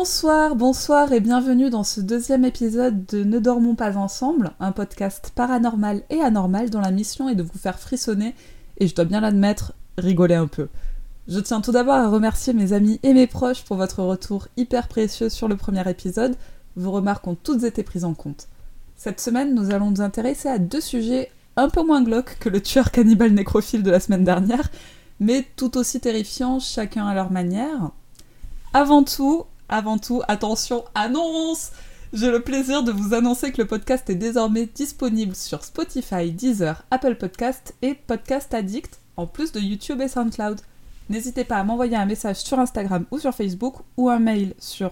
Bonsoir et bienvenue dans ce deuxième épisode de Ne dormons pas ensemble, un podcast paranormal et anormal dont la mission est de vous faire frissonner et je dois bien l'admettre, rigoler un peu. Je tiens tout d'abord à remercier mes amis et mes proches pour votre retour hyper précieux sur le premier épisode, vos remarques ont toutes été prises en compte. Cette semaine, nous allons nous intéresser à deux sujets un peu moins glauques que le tueur cannibale nécrophile de la semaine dernière, mais tout aussi terrifiants chacun à leur manière. Avant tout, attention, annonce! J'ai le plaisir de vous annoncer que le podcast est désormais disponible sur Spotify, Deezer, Apple Podcast et Podcast Addict, en plus de YouTube et SoundCloud. N'hésitez pas à m'envoyer un message sur Instagram ou sur Facebook ou un mail sur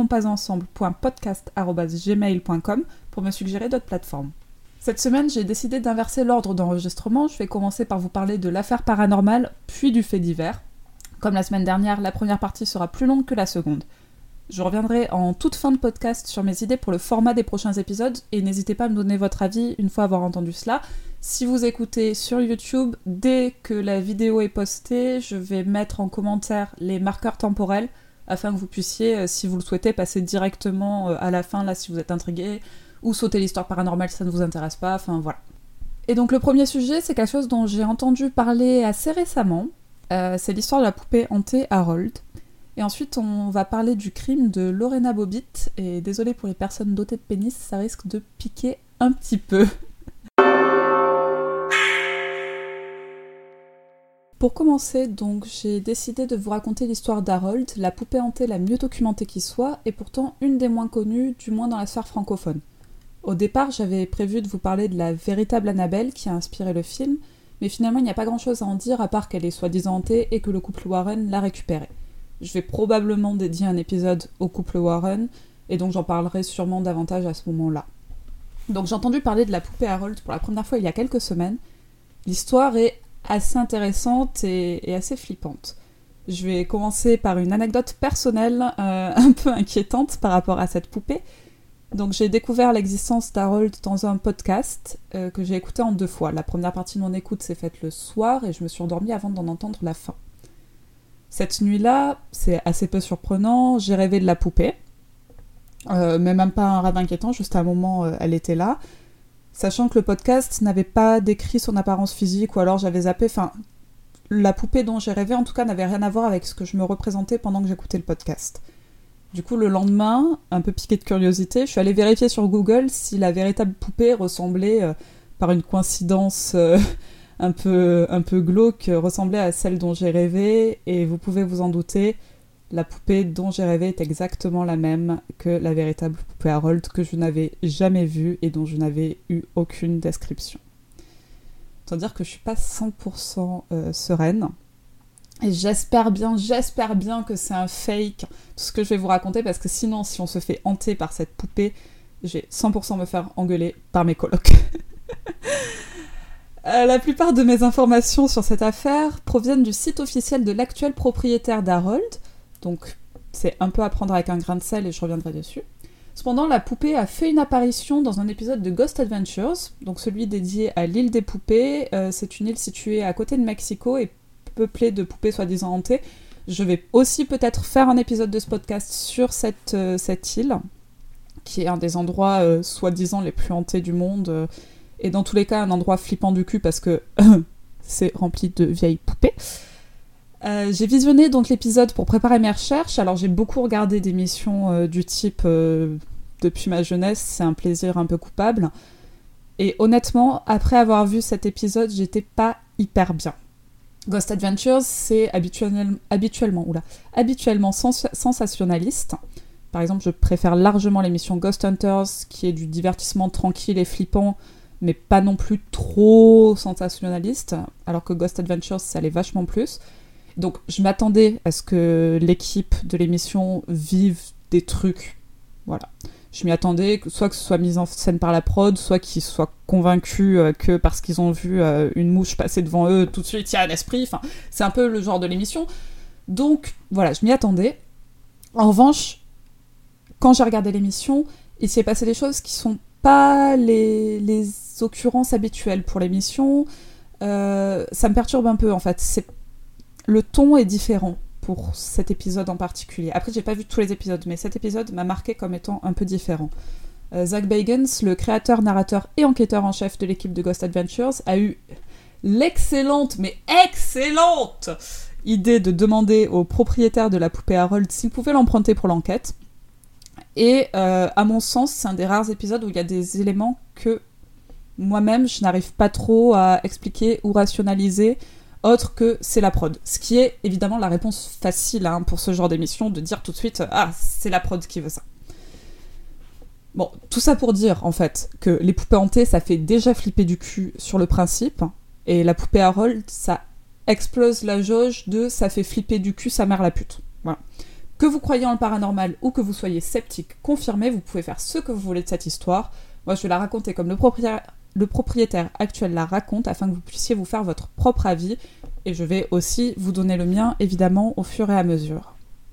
nedormonpasensemble.podcast@gmail.com pour me suggérer d'autres plateformes. Cette semaine, j'ai décidé d'inverser l'ordre d'enregistrement. Je vais commencer par vous parler de l'affaire paranormale, puis du fait divers. Comme la semaine dernière, la première partie sera plus longue que la seconde. Je reviendrai en toute fin de podcast sur mes idées pour le format des prochains épisodes et n'hésitez pas à me donner votre avis une fois avoir entendu cela. Si vous écoutez sur YouTube, dès que la vidéo est postée, je vais mettre en commentaire les marqueurs temporels afin que vous puissiez, si vous le souhaitez, passer directement à la fin, là si vous êtes intrigué, ou sauter l'histoire paranormale si ça ne vous intéresse pas, enfin voilà. Et donc le premier sujet, c'est quelque chose dont j'ai entendu parler assez récemment. C'est l'histoire de la poupée hantée Harold. Et ensuite, on va parler du crime de Lorena Bobbitt. Et désolé pour les personnes dotées de pénis, ça risque de piquer un petit peu. Pour commencer, donc, j'ai décidé de vous raconter l'histoire d'Harold, la poupée hantée la mieux documentée qui soit, et pourtant une des moins connues, du moins dans la sphère francophone. Au départ, j'avais prévu de vous parler de la véritable Annabelle qui a inspiré le film, mais finalement il n'y a pas grand chose à en dire à part qu'elle est soi-disant hantée et que le couple Warren l'a récupérée. Je vais probablement dédier un épisode au couple Warren, et donc j'en parlerai sûrement davantage à ce moment-là. Donc j'ai entendu parler de la poupée Harold pour la première fois il y a quelques semaines. L'histoire est assez intéressante et assez flippante. Je vais commencer par une anecdote personnelle un peu inquiétante par rapport à cette poupée. Donc j'ai découvert l'existence d'Harold dans un podcast que j'ai écouté en 2 fois. La première partie de mon écoute s'est faite le soir et je me suis endormie avant d'en entendre la fin. Cette nuit-là, c'est assez peu surprenant, j'ai rêvé de la poupée, mais même pas un rêve inquiétant, juste à un moment elle était là, sachant que le podcast n'avait pas décrit son apparence physique ou alors j'avais zappé, enfin la poupée dont j'ai rêvé en tout cas n'avait rien à voir avec ce que je me représentais pendant que j'écoutais le podcast. Du coup le lendemain, un peu piquée de curiosité, je suis allée vérifier sur Google si la véritable poupée ressemblait, par une coïncidence un peu glauque, ressemblait à celle dont j'ai rêvé, et vous pouvez vous en douter, la poupée dont j'ai rêvé est exactement la même que la véritable poupée Harold que je n'avais jamais vue et dont je n'avais eu aucune description. Autant dire que je suis pas 100% sereine. Et j'espère bien que c'est un fake, tout ce que je vais vous raconter, parce que sinon, si on se fait hanter par cette poupée, je vais 100% me faire engueuler par mes colocs. La plupart de mes informations sur cette affaire proviennent du site officiel de l'actuel propriétaire d'Harold, donc c'est un peu à prendre avec un grain de sel et je reviendrai dessus. Cependant, la poupée a fait une apparition dans un épisode de Ghost Adventures, donc celui dédié à l'île des poupées. C'est une île située à côté de Mexico et peuplée de poupées soi-disant hantées. Je vais aussi peut-être faire un épisode de ce podcast sur cette île, qui est un des endroits soi-disant les plus hantés du monde, et dans tous les cas un endroit flippant du cul parce que c'est rempli de vieilles poupées. J'ai visionné donc l'épisode pour préparer mes recherches, alors j'ai beaucoup regardé d'émissions du type depuis ma jeunesse, c'est un plaisir un peu coupable, et honnêtement, après avoir vu cet épisode, j'étais pas hyper bien. Ghost Adventures, c'est habituellement sensationnaliste. Par exemple, je préfère largement l'émission Ghost Hunters, qui est du divertissement tranquille et flippant, mais pas non plus trop sensationnaliste, alors que Ghost Adventures, ça allait vachement plus. Donc je m'attendais à ce que l'équipe de l'émission vive des trucs, voilà. Je m'y attendais, soit que ce soit mis en scène par la prod, soit qu'ils soient convaincus que parce qu'ils ont vu une mouche passer devant eux, tout de suite il y a un esprit, enfin, c'est un peu le genre de l'émission. Donc voilà, je m'y attendais. En revanche, quand j'ai regardé l'émission, il s'y est passé des choses qui sont pas les occurrences habituelles pour l'émission. Ça me perturbe un peu en fait. Le ton est différent pour cet épisode en particulier. Après, j'ai pas vu tous les épisodes, mais cet épisode m'a marqué comme étant un peu différent. Zach Bagans, le créateur, narrateur et enquêteur en chef de l'équipe de Ghost Adventures, a eu l'excellente, mais excellente idée de demander au propriétaire de la poupée Harold s'il pouvait l'emprunter pour l'enquête. Et à mon sens, c'est un des rares épisodes où il y a des éléments que moi-même, je n'arrive pas trop à expliquer ou rationaliser, autre que c'est la prod. Ce qui est évidemment la réponse facile pour ce genre d'émission, de dire tout de suite « Ah, c'est la prod qui veut ça ». Bon, tout ça pour dire, en fait, que les poupées hantées, ça fait déjà flipper du cul sur le principe, et la poupée Harold, ça explose la jauge de « ça fait flipper du cul, sa mère la pute ». Voilà. Que vous croyez en le paranormal ou que vous soyez sceptique, confirmé, vous pouvez faire ce que vous voulez de cette histoire. Moi, je vais la raconter comme le propriétaire actuel la raconte, afin que vous puissiez vous faire votre propre avis, et je vais aussi vous donner le mien, évidemment, au fur et à mesure.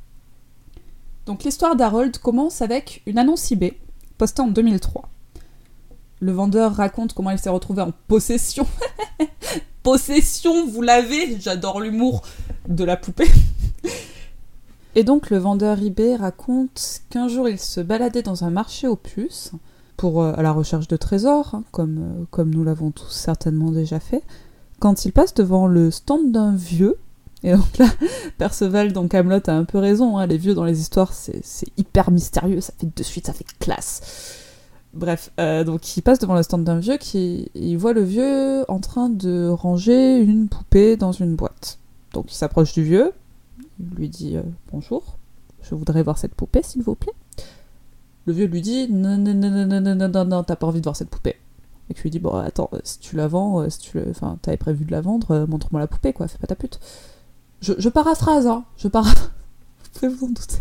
Donc l'histoire d'Harold commence avec une annonce eBay, postée en 2003. Le vendeur raconte comment il s'est retrouvé en possession. Possession, vous l'avez, j'adore l'humour de la poupée. Et donc le vendeur eBay raconte qu'un jour il se baladait dans un marché aux puces, à la recherche de trésors, comme nous l'avons tous certainement déjà fait, quand il passe devant le stand d'un vieux. Et donc là, Perceval dans Kaamelott a un peu raison, les vieux dans les histoires, c'est hyper mystérieux, ça fait de suite, ça fait classe. Bref, donc il passe devant le stand d'un vieux, il voit le vieux en train de ranger une poupée dans une boîte. Donc il s'approche du vieux, il lui dit « Bonjour, je voudrais voir cette poupée, s'il vous plaît ». Le vieux lui dit « Non, t'as pas envie de voir cette poupée ». Et tu lui dis « Bon, attends, si tu la vends, t'avais prévu de la vendre, montre-moi la poupée, quoi, fais pas ta pute ». Je paraphrase, vous pouvez vous en douter.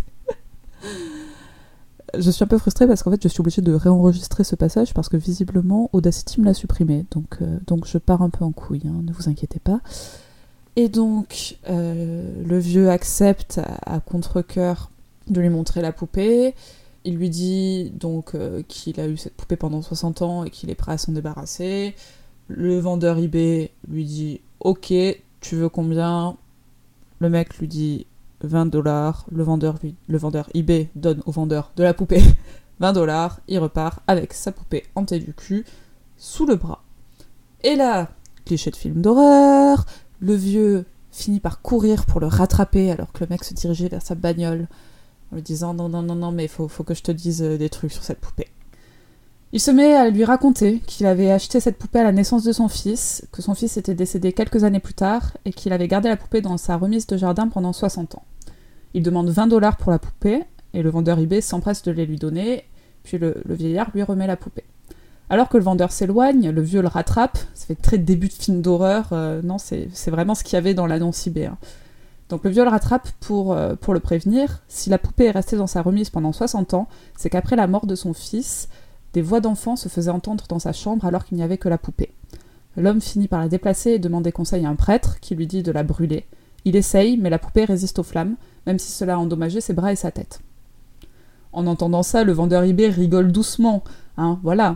Je suis un peu frustrée parce qu'en fait, je suis obligée de réenregistrer ce passage parce que visiblement, Audacity me l'a supprimé. Donc je pars un peu en couille, ne vous inquiétez pas. Et donc, le vieux accepte à contre-cœur de lui montrer la poupée. Il lui dit donc qu'il a eu cette poupée pendant 60 ans et qu'il est prêt à s'en débarrasser. Le vendeur eBay lui dit « Ok, tu veux combien ?» Le mec lui dit 20 $. Le vendeur eBay donne au vendeur de la poupée 20 $. Il repart avec sa poupée hantée du cul sous le bras. Et là, cliché de film d'horreur, le vieux finit par courir pour le rattraper alors que le mec se dirigeait vers sa bagnole en lui disant non, mais faut que je te dise des trucs sur cette poupée. Il se met à lui raconter qu'il avait acheté cette poupée à la naissance de son fils, que son fils était décédé quelques années plus tard et qu'il avait gardé la poupée dans sa remise de jardin pendant 60 ans. Il demande 20 $ pour la poupée et le vendeur eBay s'empresse de les lui donner, puis le vieillard lui remet la poupée. Alors que le vendeur s'éloigne, le vieux le rattrape, ça fait très début de film d'horreur, non, c'est vraiment ce qu'il y avait dans l'annonce eBay. Donc le vieux le rattrape pour le prévenir, si la poupée est restée dans sa remise pendant 60 ans, c'est qu'après la mort de son fils, des voix d'enfants se faisaient entendre dans sa chambre alors qu'il n'y avait que la poupée. L'homme finit par la déplacer et demander conseil à un prêtre qui lui dit de la brûler. Il essaye, mais la poupée résiste aux flammes, même si cela a endommagé ses bras et sa tête. En entendant ça, le vendeur eBay rigole doucement, voilà.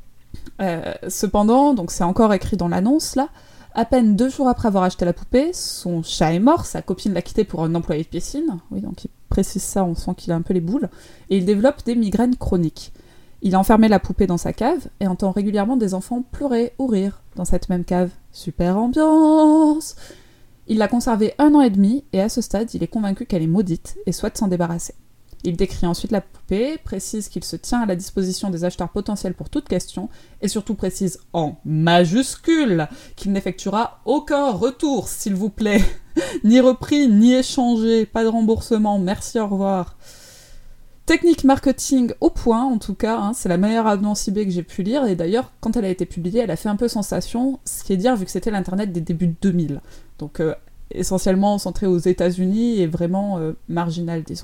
Cependant, donc c'est encore écrit dans l'annonce là, à peine 2 jours après avoir acheté la poupée, son chat est mort, sa copine l'a quitté pour un employé de piscine, oui donc il précise ça, on sent qu'il a un peu les boules, et il développe des migraines chroniques. Il a enfermé la poupée dans sa cave et entend régulièrement des enfants pleurer ou rire dans cette même cave. Super ambiance! Il l'a conservée 1 an et demi et à ce stade, il est convaincu qu'elle est maudite et souhaite s'en débarrasser. Il décrit ensuite la poupée, précise qu'il se tient à la disposition des acheteurs potentiels pour toute question et surtout précise en majuscule qu'il n'effectuera aucun retour, s'il vous plaît. Ni repris, ni échangé, pas de remboursement, merci, au revoir. Technique marketing au point, en tout cas, c'est la meilleure annonce eBay que j'ai pu lire, et d'ailleurs, quand elle a été publiée, elle a fait un peu sensation, ce qui est dire vu que c'était l'internet des débuts de 2000. Donc, essentiellement centré aux États-Unis et vraiment marginal, disons.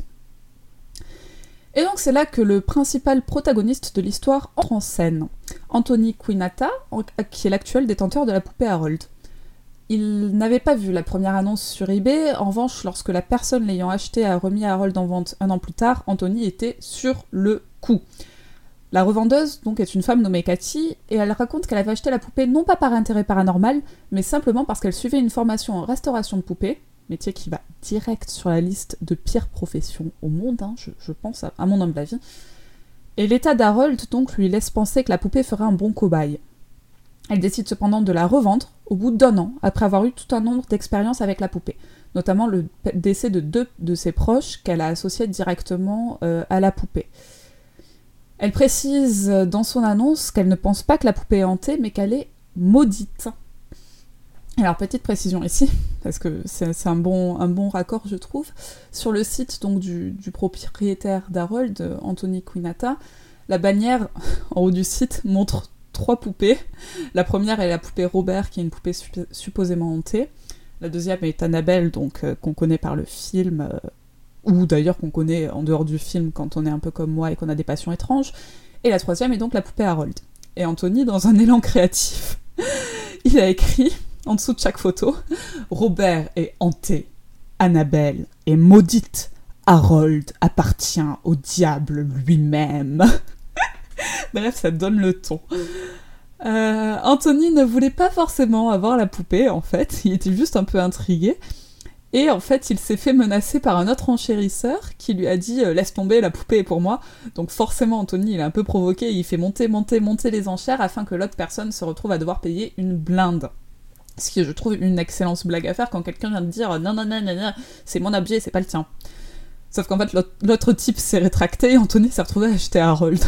Et donc, c'est là que le principal protagoniste de l'histoire entre en scène. Anthony Quinata, qui est l'actuel détenteur de la poupée Harold. Il n'avait pas vu la première annonce sur eBay, en revanche, lorsque la personne l'ayant acheté a remis à Harold en vente 1 an plus tard, Anthony était sur le coup. La revendeuse, donc, est une femme nommée Cathy, et elle raconte qu'elle avait acheté la poupée non pas par intérêt paranormal, mais simplement parce qu'elle suivait une formation en restauration de poupées, métier qui va direct sur la liste de pires professions au monde, hein, je pense, à mon humble avis. Et l'état d'Harold donc lui laisse penser que la poupée ferait un bon cobaye. Elle décide cependant de la revendre au bout d'1 an, après avoir eu tout un nombre d'expériences avec la poupée, notamment le décès de 2 de ses proches qu'elle a associés directement à la poupée. Elle précise dans son annonce qu'elle ne pense pas que la poupée est hantée, mais qu'elle est maudite. Alors, petite précision ici, parce que c'est un bon raccord, je trouve. Sur le site donc, du propriétaire d'Harold, Anthony Quinata, la bannière en haut du site montre 3 poupées. La première est la poupée Robert, qui est une poupée supposément hantée. La deuxième est Annabelle, donc, qu'on connaît par le film, ou d'ailleurs qu'on connaît en dehors du film quand on est un peu comme moi et qu'on a des passions étranges. Et la troisième est donc la poupée Harold. Et Anthony, dans un élan créatif, il a écrit, en dessous de chaque photo, « Robert est hanté, Annabelle est maudite, Harold appartient au diable lui-même. » Bref, ça donne le ton. Anthony ne voulait pas forcément avoir la poupée, en fait, il était juste un peu intrigué. Et en fait, il s'est fait menacer par un autre enchérisseur qui lui a dit « Laisse tomber, la poupée est pour moi ». Donc forcément, Anthony, il est un peu provoqué, il fait monter les enchères afin que l'autre personne se retrouve à devoir payer une blinde. Ce qui, je trouve, une excellente blague à faire quand quelqu'un vient de dire « Non, c'est mon objet, c'est pas le tien ». Sauf qu'en fait, l'autre type s'est rétracté et Anthony s'est retrouvé à acheter Harold.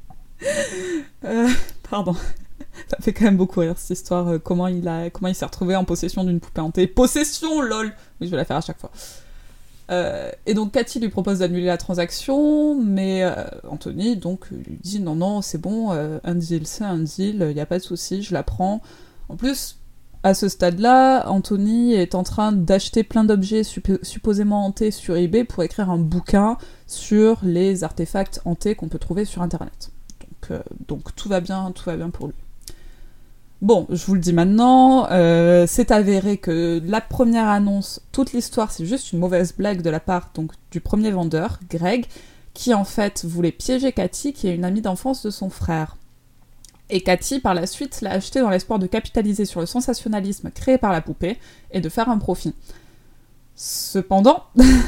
Pardon. Ça fait quand même beaucoup rire cette histoire, comment il s'est retrouvé en possession d'une poupée hantée. Possession, lol. Oui, je vais la faire à chaque fois. Et donc Cathy lui propose d'annuler la transaction, mais Anthony donc lui dit non, c'est bon, un deal, c'est un deal, y a pas de souci, je la prends. En plus, à ce stade-là, Anthony est en train d'acheter plein d'objets supposément hantés sur eBay pour écrire un bouquin sur les artefacts hantés qu'on peut trouver sur Internet. Donc tout va bien pour lui. Bon, je vous le dis maintenant, c'est avéré que la première annonce, toute l'histoire, c'est juste une mauvaise blague de la part donc, du premier vendeur, Greg, qui en fait voulait piéger Cathy, qui est une amie d'enfance de son frère. Et Cathy, par la suite, l'a acheté dans l'espoir de capitaliser sur le sensationnalisme créé par la poupée et de faire un profit. Cependant,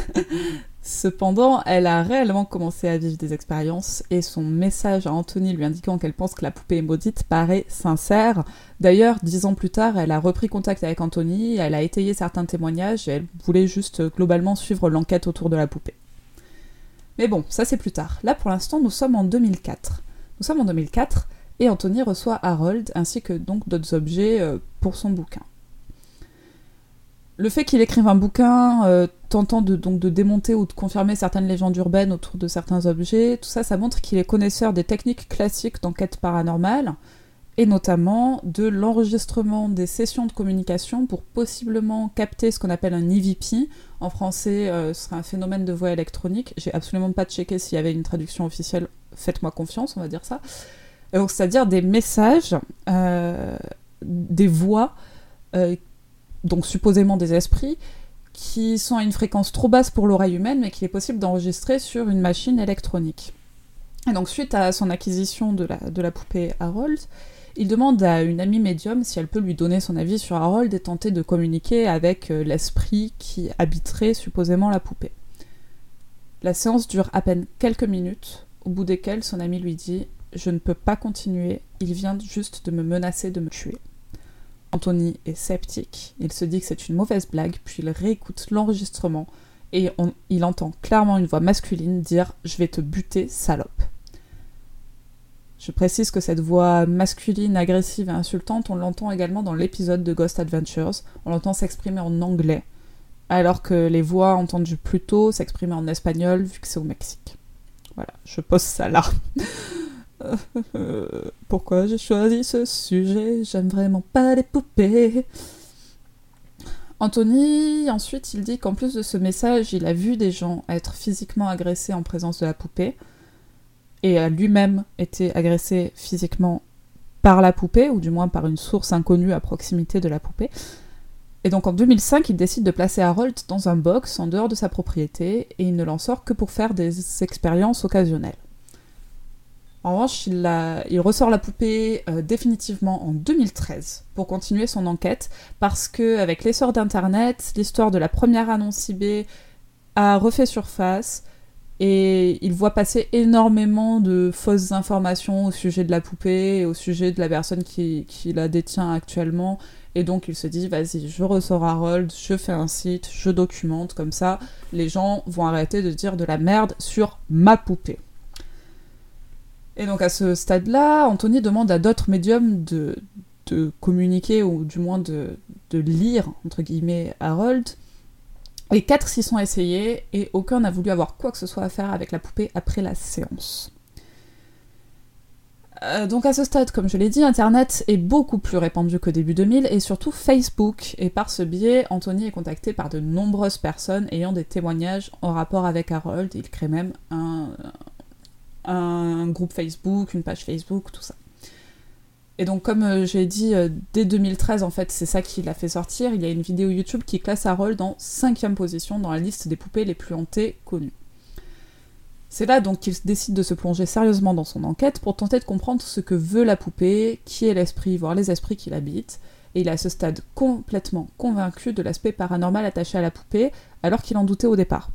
elle a réellement commencé à vivre des expériences et son message à Anthony lui indiquant qu'elle pense que la poupée est maudite paraît sincère. D'ailleurs, 10 ans plus tard, elle a repris contact avec Anthony, elle a étayé certains témoignages et elle voulait juste globalement suivre l'enquête autour de la poupée. Mais bon, ça c'est plus tard. Là, pour l'instant, nous sommes en 2004. Et Anthony reçoit Harold ainsi que donc d'autres objets pour son bouquin. Le fait qu'il écrive un bouquin tentant de démonter ou de confirmer certaines légendes urbaines autour de certains objets, tout ça, ça montre qu'il est connaisseur des techniques classiques d'enquête paranormale, et notamment de l'enregistrement des sessions de communication pour possiblement capter ce qu'on appelle un EVP. En français, ce serait un phénomène de voix électronique. J'ai absolument pas checké s'il y avait une traduction officielle, faites-moi confiance, on va dire ça. Donc, c'est-à-dire des messages, des voix, donc supposément des esprits, qui sont à une fréquence trop basse pour l'oreille humaine, mais qu'il est possible d'enregistrer sur une machine électronique. Et donc, suite à son acquisition de la poupée Harold, il demande à une amie médium si elle peut lui donner son avis sur Harold et tenter de communiquer avec l'esprit qui habiterait supposément la poupée. La séance dure à peine quelques minutes, au bout desquelles son ami lui dit « Je ne peux pas continuer, il vient juste de me menacer de me tuer ». Anthony est sceptique, il se dit que c'est une mauvaise blague, puis il réécoute l'enregistrement et il entend clairement une voix masculine dire « Je vais te buter, salope ». Je précise que cette voix masculine, agressive et insultante, on l'entend également dans l'épisode de Ghost Adventures, on l'entend s'exprimer en anglais, alors que les voix entendues plus tôt s'exprimaient en espagnol, vu que c'est au Mexique. Voilà, je pose ça là. Pourquoi j'ai choisi ce sujet? J'aime vraiment pas les poupées. Anthony, ensuite, il dit qu'en plus de ce message, il a vu des gens être physiquement agressés en présence de la poupée, et a lui-même été agressé physiquement par la poupée, ou du moins par une source inconnue à proximité de la poupée. Et donc en 2005, il décide de placer Harold dans un box en dehors de sa propriété, et il ne l'en sort que pour faire des expériences occasionnelles. En revanche, il ressort la poupée définitivement en 2013 pour continuer son enquête, parce qu'avec l'essor d'Internet, l'histoire de la première annonce eBay a refait surface, et il voit passer énormément de fausses informations au sujet de la poupée et au sujet de la personne qui la détient actuellement. Et donc il se dit, vas-y, je ressors Harold, je fais un site, je documente, comme ça, les gens vont arrêter de dire de la merde sur ma poupée. Et donc à ce stade-là, Anthony demande à d'autres médiums de communiquer, ou du moins de lire, entre guillemets, Harold. Les 4 s'y sont essayés, et aucun n'a voulu avoir quoi que ce soit à faire avec la poupée après la séance. Donc à ce stade, comme je l'ai dit, Internet est beaucoup plus répandu qu'au début 2000, et surtout Facebook. Et par ce biais, Anthony est contacté par de nombreuses personnes ayant des témoignages en rapport avec Harold. Il crée même un groupe Facebook, une page Facebook, tout ça. Et donc, comme j'ai dit, dès 2013, en fait, c'est ça qui l'a fait sortir. Il y a une vidéo YouTube qui classe Harold en 5e position dans la liste des poupées les plus hantées connues. C'est là donc qu'il décide de se plonger sérieusement dans son enquête pour tenter de comprendre ce que veut la poupée, qui est l'esprit, voire les esprits qui l'habitent. Et il est à ce stade complètement convaincu de l'aspect paranormal attaché à la poupée, alors qu'il en doutait au départ.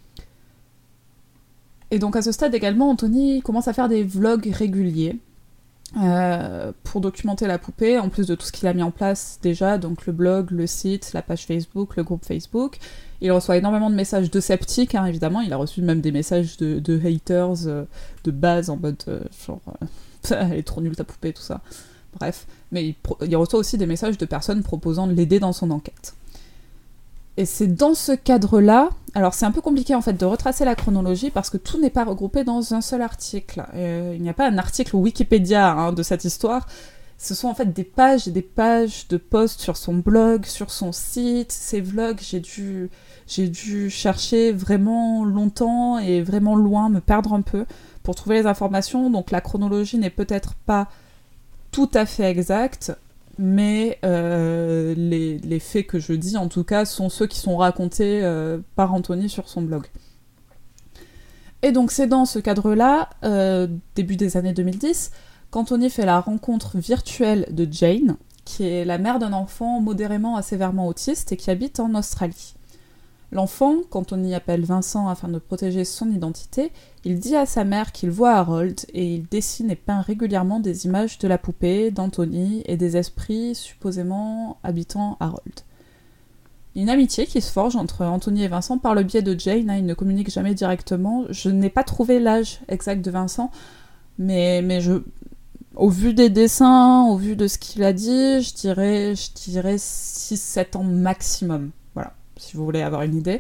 Et donc à ce stade également, Anthony commence à faire des vlogs réguliers, pour documenter la poupée, en plus de tout ce qu'il a mis en place déjà, donc le blog, le site, la page Facebook, le groupe Facebook. Il reçoit énormément de messages de sceptiques, hein, évidemment, il a reçu même des messages de haters de base, en mode genre elle est trop nulle ta poupée, tout ça. Bref, mais il reçoit aussi des messages de personnes proposant de l'aider dans son enquête. Et c'est dans ce cadre-là, alors c'est un peu compliqué en fait de retracer la chronologie parce que tout n'est pas regroupé dans un seul article. Il n'y a pas un article Wikipédia de cette histoire. Ce sont en fait des pages et des pages de posts sur son blog, sur son site, ses vlogs. J'ai dû chercher vraiment longtemps et vraiment loin, me perdre un peu pour trouver les informations. Donc la chronologie n'est peut-être pas tout à fait exacte, mais les faits que je dis en tout cas sont ceux qui sont racontés par Anthony sur son blog. Et donc c'est dans ce cadre-là, début des années 2010, qu'Anthony fait la rencontre virtuelle de Jane, qui est la mère d'un enfant modérément à sévèrement autiste et qui habite en Australie. L'enfant, qu'Anthony appelle Vincent afin de protéger son identité, il dit à sa mère qu'il voit Harold et il dessine et peint régulièrement des images de la poupée, d'Anthony et des esprits supposément habitant Harold. Une amitié qui se forge entre Anthony et Vincent par le biais de Jane, ils ne communiquent jamais directement. Je n'ai pas trouvé l'âge exact de Vincent, mais au vu des dessins, au vu de ce qu'il a dit, je dirais 6-7 ans maximum. Voilà, si vous voulez avoir une idée.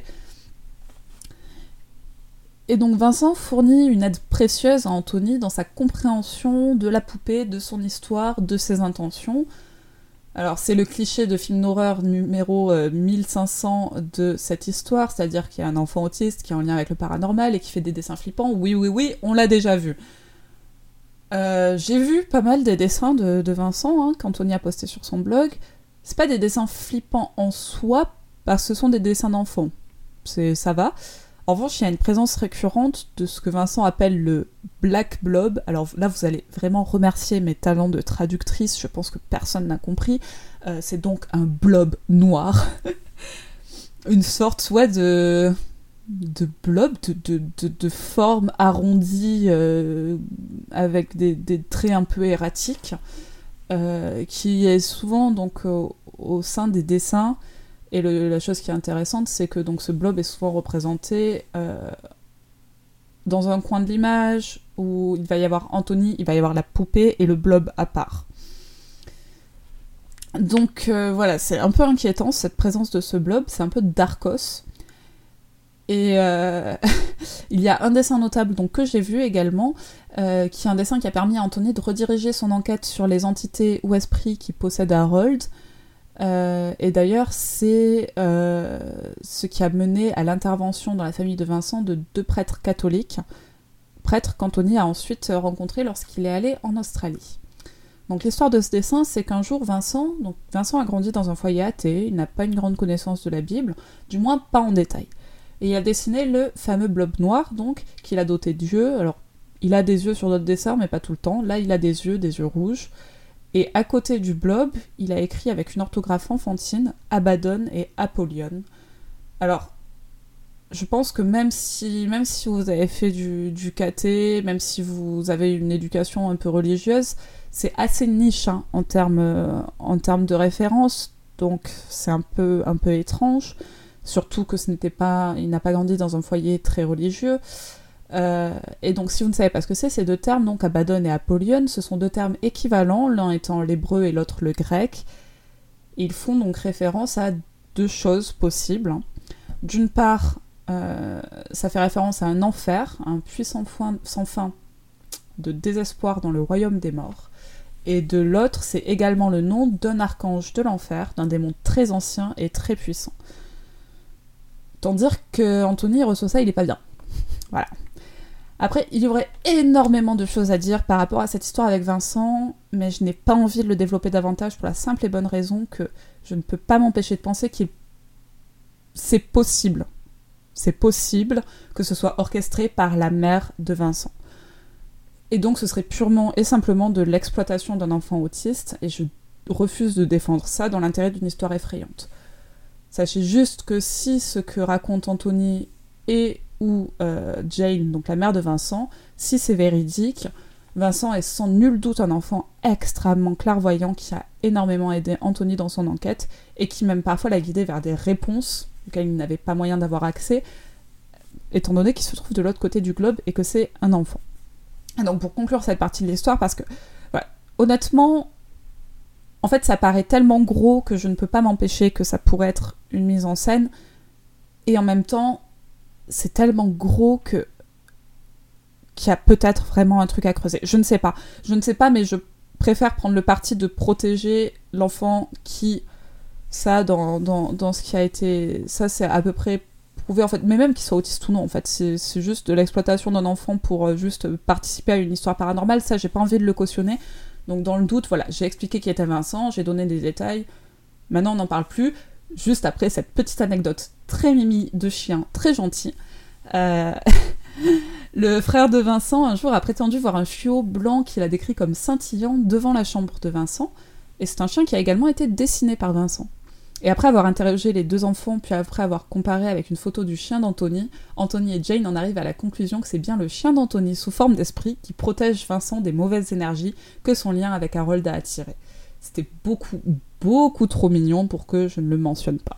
Et donc Vincent fournit une aide précieuse à Anthony dans sa compréhension de la poupée, de son histoire, de ses intentions. Alors c'est le cliché de film d'horreur numéro 1500 de cette histoire, c'est-à-dire qu'il y a un enfant autiste qui est en lien avec le paranormal et qui fait des dessins flippants. Oui, on l'a déjà vu. J'ai vu pas mal des dessins de Vincent qu'Anthony a posté sur son blog. C'est pas des dessins flippants en soi, parce que ce sont des dessins d'enfants. Ça va. En revanche, il y a une présence récurrente de ce que Vincent appelle le Black Blob. Alors là, vous allez vraiment remercier mes talents de traductrice, je pense que personne n'a compris. C'est donc un blob noir. Une sorte, de blob, de forme arrondie, avec des traits un peu erratiques, qui est souvent donc au sein des dessins. Et la chose qui est intéressante, c'est que donc, ce blob est souvent représenté dans un coin de l'image où il va y avoir Anthony, il va y avoir la poupée et le blob à part. Donc voilà, c'est un peu inquiétant cette présence de ce blob, c'est un peu darkos. Et il y a un dessin notable donc, que j'ai vu également, qui est un dessin qui a permis à Anthony de rediriger son enquête sur les entités ou esprits qui possèdent Harold. Et d'ailleurs, c'est ce qui a mené à l'intervention dans la famille de Vincent de 2 prêtres catholiques, prêtres qu'Anthony a ensuite rencontrés lorsqu'il est allé en Australie. Donc l'histoire de ce dessin, c'est qu'un jour Vincent a grandi dans un foyer athée, il n'a pas une grande connaissance de la Bible, du moins pas en détail. Et il a dessiné le fameux blob noir, donc, qu'il a doté de Dieu. Alors, Il a des yeux sur d'autres dessins, mais pas tout le temps. Là, il a des yeux rouges. Et à côté du blob, il a écrit avec une orthographe enfantine Abaddon et Apollyon. Alors, je pense que même si vous avez fait du caté, même si vous avez une éducation un peu religieuse, c'est assez niche en termes de référence, donc c'est un peu étrange, surtout que il n'a pas grandi dans un foyer très religieux. Et donc si vous ne savez pas ce que c'est, ces deux termes, donc Abaddon et Apollyon, ce sont deux termes équivalents, l'un étant l'hébreu et l'autre le grec. Ils font donc référence à deux choses possibles. D'une part, ça fait référence à un enfer, un puits sans fin de désespoir dans le royaume des morts. Et de l'autre, c'est également le nom d'un archange de l'enfer, d'un démon très ancien et très puissant. Tant dire qu'Anthony reçoit ça, il est pas bien. Voilà. Après, il y aurait énormément de choses à dire par rapport à cette histoire avec Vincent, mais je n'ai pas envie de le développer davantage pour la simple et bonne raison que je ne peux pas m'empêcher de penser c'est possible. C'est possible que ce soit orchestré par la mère de Vincent. Et donc ce serait purement et simplement de l'exploitation d'un enfant autiste, et je refuse de défendre ça dans l'intérêt d'une histoire effrayante. Sachez juste que si ce que raconte Anthony ou Jane, donc la mère de Vincent, si c'est véridique, Vincent est sans nul doute un enfant extrêmement clairvoyant qui a énormément aidé Anthony dans son enquête, et qui même parfois l'a guidé vers des réponses auxquelles il n'avait pas moyen d'avoir accès, étant donné qu'il se trouve de l'autre côté du globe et que c'est un enfant. Et donc pour conclure cette partie de l'histoire, parce que honnêtement, en fait ça paraît tellement gros que je ne peux pas m'empêcher que ça pourrait être une mise en scène, et en même temps c'est tellement gros qu'il y a peut-être vraiment un truc à creuser. Je ne sais pas, mais je préfère prendre le parti de protéger l'enfant qui, ça dans ce qui a été, ça c'est à peu près prouvé en fait, mais même qu'il soit autiste ou non en fait, c'est juste de l'exploitation d'un enfant pour juste participer à une histoire paranormale, ça j'ai pas envie de le cautionner. Donc dans le doute, voilà, j'ai expliqué qui était Vincent, j'ai donné des détails, maintenant on n'en parle plus, juste après cette petite anecdote très mimi de chien, très gentil. Le frère de Vincent un jour a prétendu voir un chiot blanc qu'il a décrit comme scintillant devant la chambre de Vincent, et c'est un chien qui a également été dessiné par Vincent. Et après avoir interrogé les deux enfants, puis après avoir comparé avec une photo du chien d'Anthony, Anthony et Jane en arrivent à la conclusion que c'est bien le chien d'Anthony sous forme d'esprit qui protège Vincent des mauvaises énergies que son lien avec Harold a attiré. C'était beaucoup trop mignon pour que je ne le mentionne pas.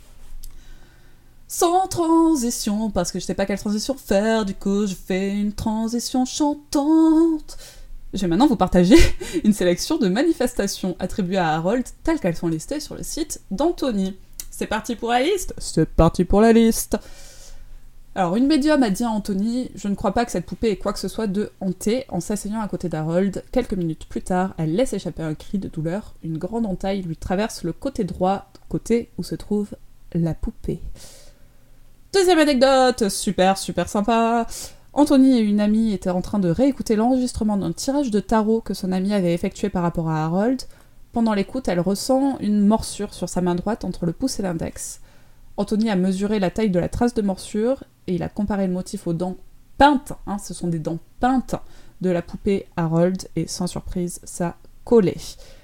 Sans transition, parce que je sais pas quelle transition faire, du coup je fais une transition chantante. Je vais maintenant vous partager une sélection de manifestations attribuées à Harold telles qu'elles sont listées sur le site d'Anthony. C'est parti pour la liste ? C'est parti pour la liste. Alors, une médium a dit à Anthony « Je ne crois pas que cette poupée ait quoi que ce soit de hanté » en s'asseyant à côté d'Harold. Quelques minutes plus tard, elle laisse échapper un cri de douleur. Une grande entaille lui traverse le côté droit, côté où se trouve la poupée. Deuxième anecdote, super sympa. Anthony et une amie étaient en train de réécouter l'enregistrement d'un tirage de tarot que son amie avait effectué par rapport à Harold. Pendant l'écoute, elle ressent une morsure sur sa main droite entre le pouce et l'index. Anthony a mesuré la taille de la trace de morsure et il a comparé le motif aux dents peintes, ce sont des dents peintes de la poupée Harold, et sans surprise, ça collait.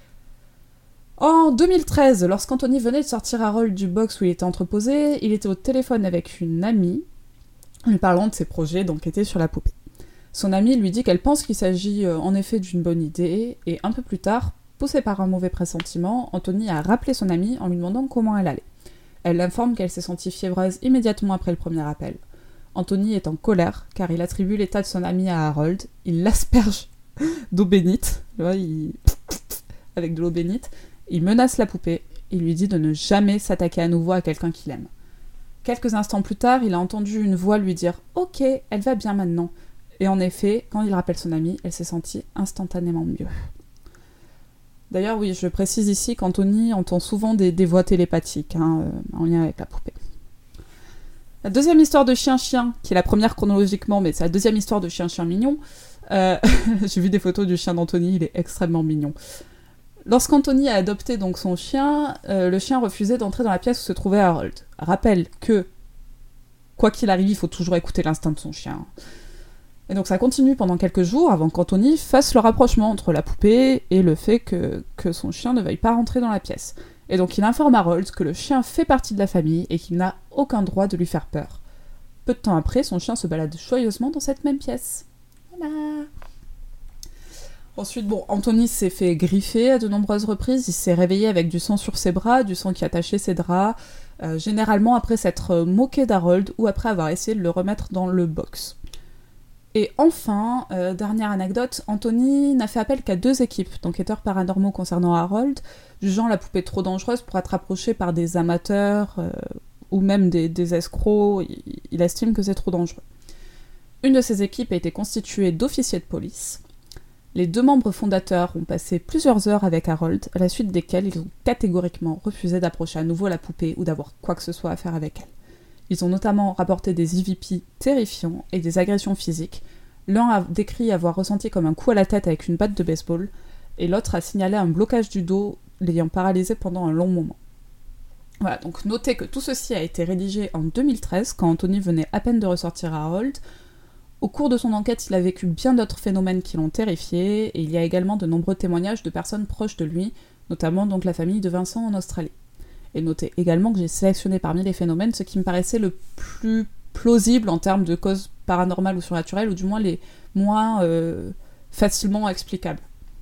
En 2013, lorsqu'Anthony venait de sortir Harold du box où il était entreposé, il était au téléphone avec une amie, lui parlant de ses projets d'enquêter sur la poupée. Son amie lui dit qu'elle pense qu'il s'agit en effet d'une bonne idée, et un peu plus tard, poussé par un mauvais pressentiment, Anthony a rappelé son amie en lui demandant comment elle allait. Elle l'informe qu'elle s'est sentie fiévreuse immédiatement après le premier appel. Anthony est en colère, car il attribue l'état de son amie à Harold, il l'asperge d'eau bénite, avec de l'eau bénite, il menace la poupée, il lui dit de ne jamais s'attaquer à nouveau à quelqu'un qu'il aime. Quelques instants plus tard, il a entendu une voix lui dire « Ok, elle va bien maintenant ». Et en effet, quand il rappelle son amie, elle s'est sentie instantanément mieux. D'ailleurs, oui, je précise ici qu'Anthony entend souvent des voix télépathiques, en lien avec la poupée. La deuxième histoire de chien-chien, qui est la première chronologiquement, mais c'est la deuxième histoire de chien-chien mignon. J'ai vu des photos du chien d'Anthony, il est extrêmement mignon. Lorsqu'Anthony a adopté donc son chien, le chien refusait d'entrer dans la pièce où se trouvait Harold. Rappelle que, quoi qu'il arrive, il faut toujours écouter l'instinct de son chien. Et donc ça continue pendant quelques jours avant qu'Anthony fasse le rapprochement entre la poupée et le fait que son chien ne veuille pas rentrer dans la pièce. Et donc il informe Harold que le chien fait partie de la famille et qu'il n'a aucun droit de lui faire peur. Peu de temps après, son chien se balade joyeusement dans cette même pièce. Voilà. Ensuite, Anthony s'est fait griffer à de nombreuses reprises, il s'est réveillé avec du sang sur ses bras, du sang qui attachait ses draps, généralement après s'être moqué d'Harold ou après avoir essayé de le remettre dans le box. Et enfin, dernière anecdote, Anthony n'a fait appel qu'à 2 équipes d'enquêteurs paranormaux concernant Harold, jugeant la poupée trop dangereuse pour être approchée par des amateurs ou même des escrocs. Il estime que c'est trop dangereux. Une de ces équipes a été constituée d'officiers de police. Les 2 membres fondateurs ont passé plusieurs heures avec Harold, à la suite desquelles ils ont catégoriquement refusé d'approcher à nouveau la poupée ou d'avoir quoi que ce soit à faire avec elle. Ils ont notamment rapporté des EVP terrifiants et des agressions physiques. L'un a décrit avoir ressenti comme un coup à la tête avec une batte de baseball, et l'autre a signalé un blocage du dos, l'ayant paralysé pendant un long moment. Voilà, donc notez que tout ceci a été rédigé en 2013, quand Anthony venait à peine de ressortir à Harold. Au cours de son enquête, il a vécu bien d'autres phénomènes qui l'ont terrifié, et il y a également de nombreux témoignages de personnes proches de lui, notamment donc la famille de Vincent en Australie. Et notez également que j'ai sélectionné parmi les phénomènes ce qui me paraissait le plus plausible en termes de causes paranormales ou surnaturelles, ou du moins les moins facilement explicables.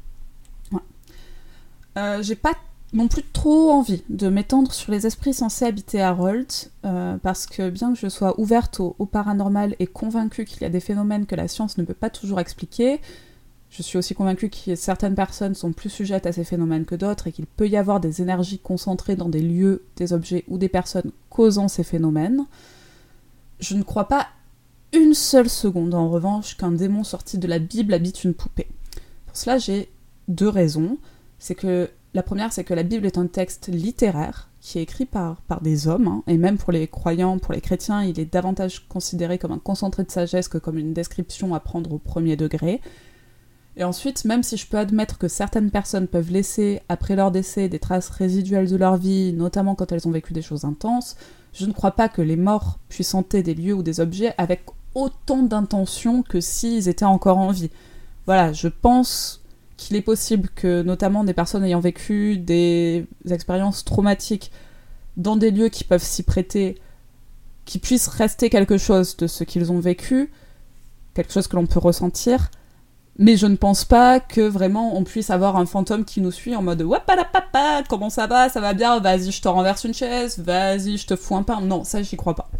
Ouais. J'ai pas non plus trop envie de m'étendre sur les esprits censés habiter Harold, parce que bien que je sois ouverte au paranormal et convaincue qu'il y a des phénomènes que la science ne peut pas toujours expliquer, je suis aussi convaincue que certaines personnes sont plus sujettes à ces phénomènes que d'autres et qu'il peut y avoir des énergies concentrées dans des lieux, des objets ou des personnes causant ces phénomènes. Je ne crois pas une seule seconde, en revanche, qu'un démon sorti de la Bible habite une poupée. Pour cela, j'ai 2 raisons. La première, c'est que la Bible est un texte littéraire qui est écrit par des hommes, et même pour les croyants, pour les chrétiens, il est davantage considéré comme un concentré de sagesse que comme une description à prendre au premier degré. Et ensuite, même si je peux admettre que certaines personnes peuvent laisser, après leur décès, des traces résiduelles de leur vie, notamment quand elles ont vécu des choses intenses, je ne crois pas que les morts puissent hanter des lieux ou des objets avec autant d'intention que s'ils étaient encore en vie. Voilà, je pense qu'il est possible que, notamment des personnes ayant vécu des expériences traumatiques dans des lieux qui peuvent s'y prêter, qui puissent rester quelque chose de ce qu'ils ont vécu, quelque chose que l'on peut ressentir, mais je ne pense pas que vraiment on puisse avoir un fantôme qui nous suit en mode « Wapalapapa, comment ça va bien, vas-y je te renverse une chaise, vas-y je te fous un pain ». Non, ça j'y crois pas.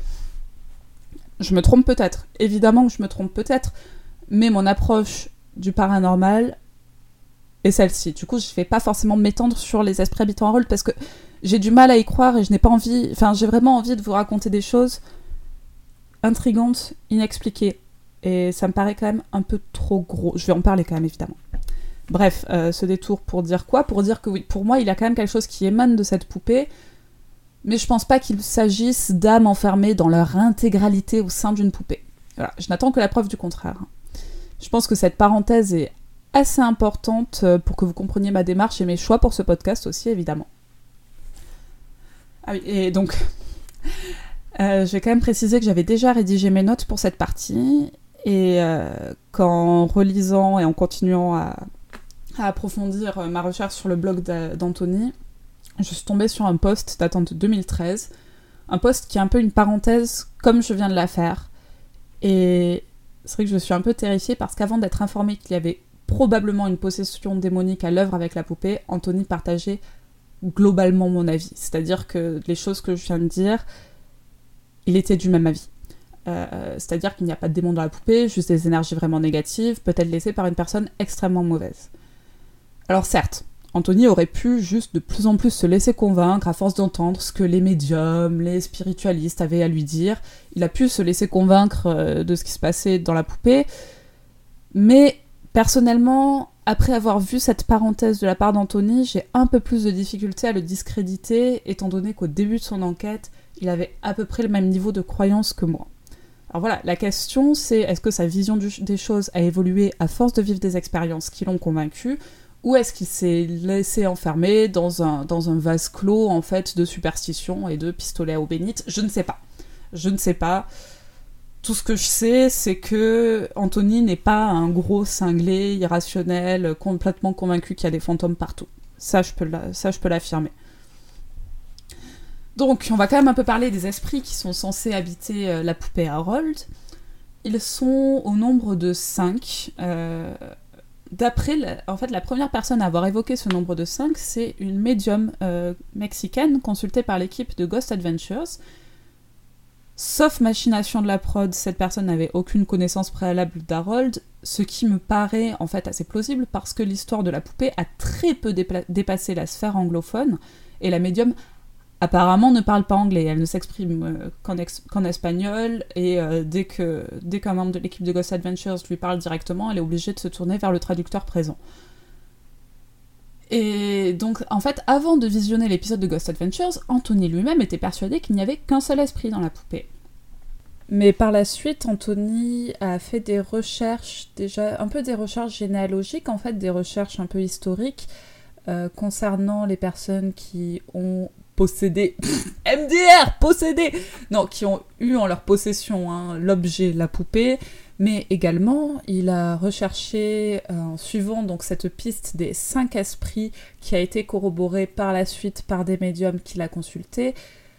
Je me trompe peut-être, évidemment que je me trompe peut-être, mais mon approche du paranormal est celle-ci. Du coup, je vais pas forcément m'étendre sur les esprits habitants Harold parce que j'ai du mal à y croire et je n'ai pas envie... Enfin, j'ai vraiment envie de vous raconter des choses intrigantes, inexpliquées. Et ça me paraît quand même un peu trop gros. Je vais en parler quand même, évidemment. Bref, ce détour pour dire quoi ? Pour dire que oui, pour moi, il y a quand même quelque chose qui émane de cette poupée, mais je pense pas qu'il s'agisse d'âmes enfermées dans leur intégralité au sein d'une poupée. Voilà, je n'attends que la preuve du contraire. Je pense que cette parenthèse est assez importante pour que vous compreniez ma démarche et mes choix pour ce podcast aussi, évidemment. Ah oui, et donc... je vais quand même préciser que j'avais déjà rédigé mes notes pour cette partie, et qu'en relisant et en continuant à approfondir ma recherche sur le blog d'Anthony, je suis tombée sur un post datant de 2013, un post qui est un peu une parenthèse comme je viens de la faire, et c'est vrai que je suis un peu terrifiée parce qu'avant d'être informée qu'il y avait probablement une possession démonique à l'œuvre avec la poupée, Anthony partageait globalement mon avis, c'est-à-dire que les choses que je viens de dire, il était du même avis. C'est-à-dire qu'il n'y a pas de démon dans la poupée, juste des énergies vraiment négatives, peut-être laissées par une personne extrêmement mauvaise. Alors certes, Anthony aurait pu juste de plus en plus se laisser convaincre à force d'entendre ce que les médiums, les spiritualistes avaient à lui dire. Il a pu se laisser convaincre de ce qui se passait dans la poupée, mais personnellement, après avoir vu cette parenthèse de la part d'Anthony, j'ai un peu plus de difficulté à le discréditer, étant donné qu'au début de son enquête, il avait à peu près le même niveau de croyance que moi. Alors voilà, la question c'est, est-ce que sa vision des choses a évolué à force de vivre des expériences qui l'ont convaincu, ou est-ce qu'il s'est laissé enfermer dans un vase clos, en fait, de superstition et de pistolet à eau bénite ? Je ne sais pas. Tout ce que je sais, c'est que Anthony n'est pas un gros cinglé, irrationnel, complètement convaincu qu'il y a des fantômes partout. Ça, je peux l'affirmer. Donc, on va quand même un peu parler des esprits qui sont censés habiter la poupée Harold. Ils sont au nombre de 5. La première personne à avoir évoqué ce nombre de 5, c'est une médium mexicaine consultée par l'équipe de Ghost Adventures. Sauf machination de la prod, cette personne n'avait aucune connaissance préalable d'Harold, ce qui me paraît en fait assez plausible parce que l'histoire de la poupée a très peu dépassé la sphère anglophone et la médium apparemment ne parle pas anglais, elle ne s'exprime qu'en espagnol et dès qu'un membre de l'équipe de Ghost Adventures lui parle directement, elle est obligée de se tourner vers le traducteur présent. Et donc, en fait, avant de visionner l'épisode de Ghost Adventures, Anthony lui-même était persuadé qu'il n'y avait qu'un seul esprit dans la poupée. Mais par la suite, Anthony a fait des recherches, déjà un peu des recherches généalogiques, en fait, des recherches un peu historiques concernant les personnes qui ont possédé... MDR, possédé Non, qui ont eu en leur possession l'objet, la poupée, mais également, il a recherché, en suivant donc cette piste des 5 esprits qui a été corroborée par la suite par des médiums qu'il a consultés,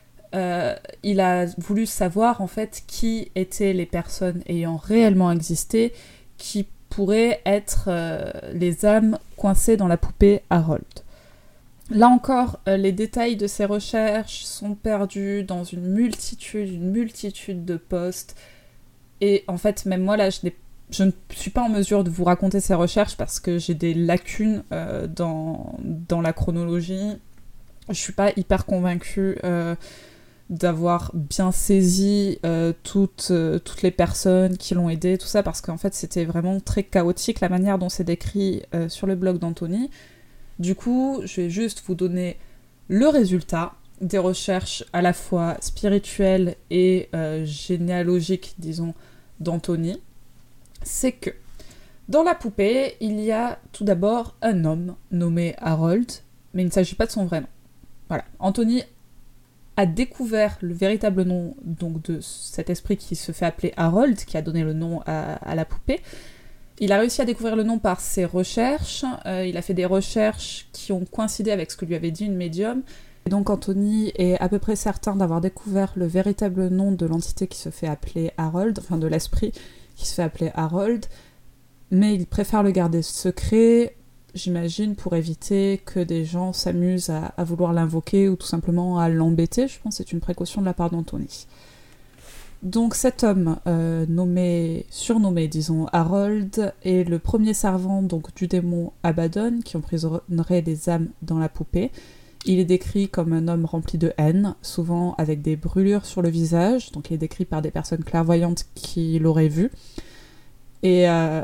il a voulu savoir en fait qui étaient les personnes ayant réellement existé, qui pourraient être les âmes coincées dans la poupée Harold. Là encore, les détails de ces recherches sont perdus dans une multitude de posts. Et en fait, même moi, là, je ne suis pas en mesure de vous raconter ces recherches parce que j'ai des lacunes dans la chronologie. Je suis pas hyper convaincue d'avoir bien saisi toutes les personnes qui l'ont aidé, tout ça, parce qu'en fait, c'était vraiment très chaotique la manière dont c'est décrit sur le blog d'Anthony. Du coup, je vais juste vous donner le résultat des recherches à la fois spirituelles et généalogiques, disons, d'Anthony. C'est que dans la poupée, il y a tout d'abord un homme nommé Harold, mais il ne s'agit pas de son vrai nom. Voilà, Anthony a découvert le véritable nom donc, de cet esprit qui se fait appeler Harold, qui a donné le nom à la poupée. Il a réussi à découvrir le nom par ses recherches. Il a fait des recherches qui ont coïncidé avec ce que lui avait dit une médium. Et donc Anthony est à peu près certain d'avoir découvert le véritable nom de l'entité qui se fait appeler Harold, enfin de l'esprit qui se fait appeler Harold, mais il préfère le garder secret, j'imagine, pour éviter que des gens s'amusent à vouloir l'invoquer ou tout simplement à l'embêter. Je pense que c'est une précaution de la part d'Anthony. Donc cet homme, surnommé disons Harold, est le premier servant donc, du démon Abaddon qui emprisonnerait les âmes dans la poupée. Il est décrit comme un homme rempli de haine, souvent avec des brûlures sur le visage, donc il est décrit par des personnes clairvoyantes qui l'auraient vu. Et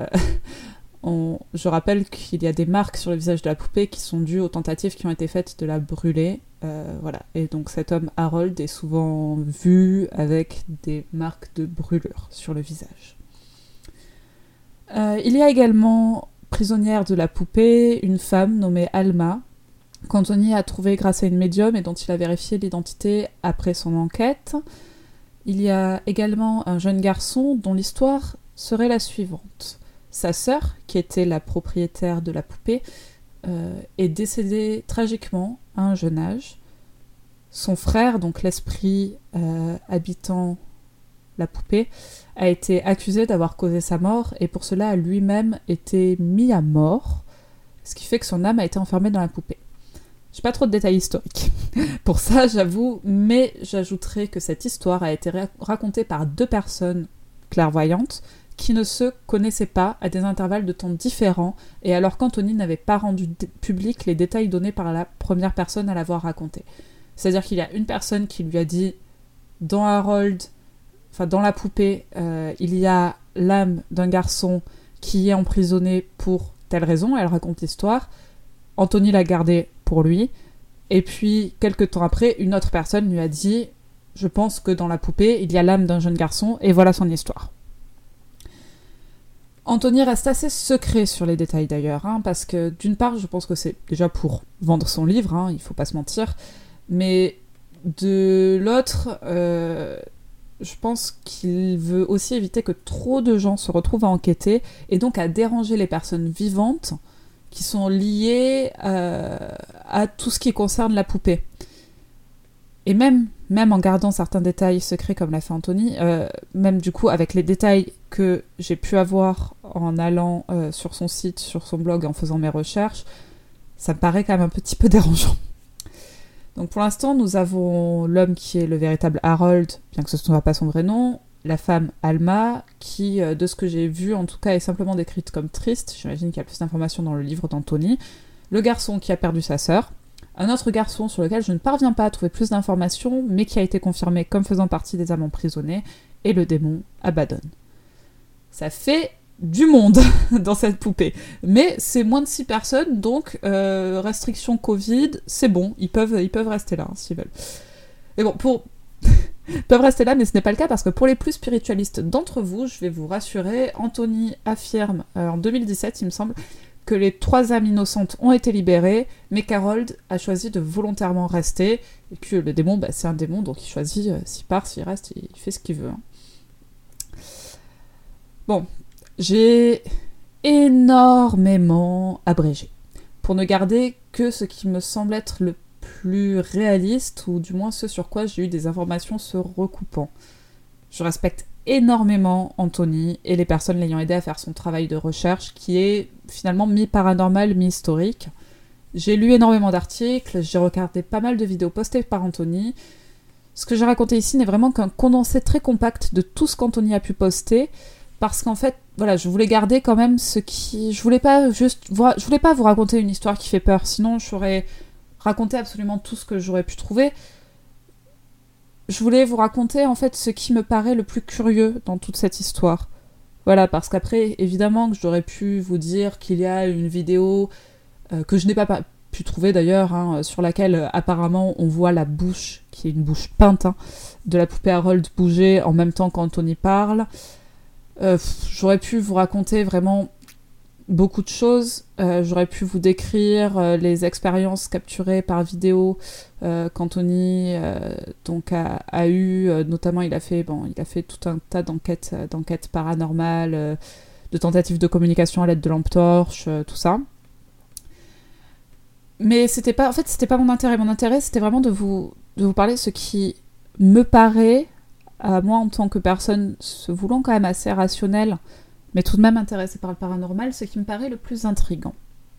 je rappelle qu'il y a des marques sur le visage de la poupée qui sont dues aux tentatives qui ont été faites de la brûler. Voilà. Et donc cet homme Harold est souvent vu avec des marques de brûlure sur le visage. Il y a également, prisonnière de la poupée, une femme nommée Alma, qu'Anthony a trouvée grâce à une médium et dont il a vérifié l'identité après son enquête. Il y a également un jeune garçon dont l'histoire serait la suivante. Sa sœur, qui était la propriétaire de la poupée, est décédée tragiquement à un jeune âge. Son frère, donc l'esprit habitant la poupée, a été accusé d'avoir causé sa mort et pour cela a lui-même été mis à mort, ce qui fait que son âme a été enfermée dans la poupée. J'ai pas trop de détails historiques pour ça, j'avoue, mais j'ajouterai que cette histoire a été racontée par 2 personnes clairvoyantes qui ne se connaissaient pas à des intervalles de temps différents et alors qu'Anthony n'avait pas rendu public les détails donnés par la première personne à l'avoir raconté. C'est-à-dire qu'il y a une personne qui lui a dit dans la poupée, il y a l'âme d'un garçon qui est emprisonné pour telle raison, elle raconte l'histoire. Anthony l'a gardé pour lui, et puis quelques temps après, une autre personne lui a dit « Je pense que dans la poupée, il y a l'âme d'un jeune garçon, et voilà son histoire. » Anthony reste assez secret sur les détails d'ailleurs, parce que d'une part, je pense que c'est déjà pour vendre son livre, il faut pas se mentir, mais de l'autre, je pense qu'il veut aussi éviter que trop de gens se retrouvent à enquêter et donc à déranger les personnes vivantes qui sont liées à tout ce qui concerne la poupée. Et même en gardant certains détails secrets comme l'a fait Anthony, même du coup avec les détails que j'ai pu avoir en allant sur son site, sur son blog, en faisant mes recherches, ça me paraît quand même un petit peu dérangeant. Donc pour l'instant, nous avons l'homme qui est le véritable Harold, bien que ce ne soit pas son vrai nom, la femme Alma, qui, de ce que j'ai vu, en tout cas, est simplement décrite comme triste. J'imagine qu'il y a plus d'informations dans le livre d'Anthony. Le garçon qui a perdu sa sœur. Un autre garçon sur lequel je ne parviens pas à trouver plus d'informations, mais qui a été confirmé comme faisant partie des âmes emprisonnées, et le démon Abaddon. Ça fait du monde dans cette poupée. Mais c'est moins de 6 personnes, donc restriction Covid, c'est bon, ils peuvent rester là, s'ils veulent. Mais bon, ils peuvent rester là, mais ce n'est pas le cas, parce que pour les plus spiritualistes d'entre vous, je vais vous rassurer, Anthony affirme, en 2017, il me semble, que les 3 âmes innocentes ont été libérées, mais qu'Harold a choisi de volontairement rester, et que le démon, c'est un démon, donc il choisit s'il part, s'il reste, il fait ce qu'il veut. Hein. Bon, j'ai énormément abrégé, pour ne garder que ce qui me semble être le plus réaliste, ou du moins ce sur quoi j'ai eu des informations se recoupant. Je respecte énormément Anthony et les personnes l'ayant aidé à faire son travail de recherche, qui est finalement mi-paranormal, mi-historique. J'ai lu énormément d'articles, j'ai regardé pas mal de vidéos postées par Anthony. Ce que j'ai raconté ici n'est vraiment qu'un condensé très compact de tout ce qu'Anthony a pu poster, parce qu'en fait, voilà, je voulais garder quand même ce qui... Je voulais pas vous raconter une histoire qui fait peur, sinon j'aurais raconté absolument tout ce que j'aurais pu trouver. Je voulais vous raconter en fait ce qui me paraît le plus curieux dans toute cette histoire. Voilà, parce qu'après, évidemment que j'aurais pu vous dire qu'il y a une vidéo que je n'ai pas pu trouver d'ailleurs, hein, sur laquelle apparemment on voit la bouche, qui est une bouche peinte, hein, de la poupée Harold bouger en même temps qu'Anthony parle. J'aurais pu vous raconter vraiment beaucoup de choses. J'aurais pu vous décrire les expériences capturées par vidéo qu'Anthony donc a eu. Notamment, il a fait tout un tas d'enquêtes paranormales, de tentatives de communication à l'aide de lampes torches, tout ça. Mais c'était pas mon intérêt. Mon intérêt, c'était vraiment de vous parler de ce qui me paraît, à moi en tant que personne se voulant quand même assez rationnelle, mais tout de même intéressée par le paranormal, ce qui me paraît le plus intriguant.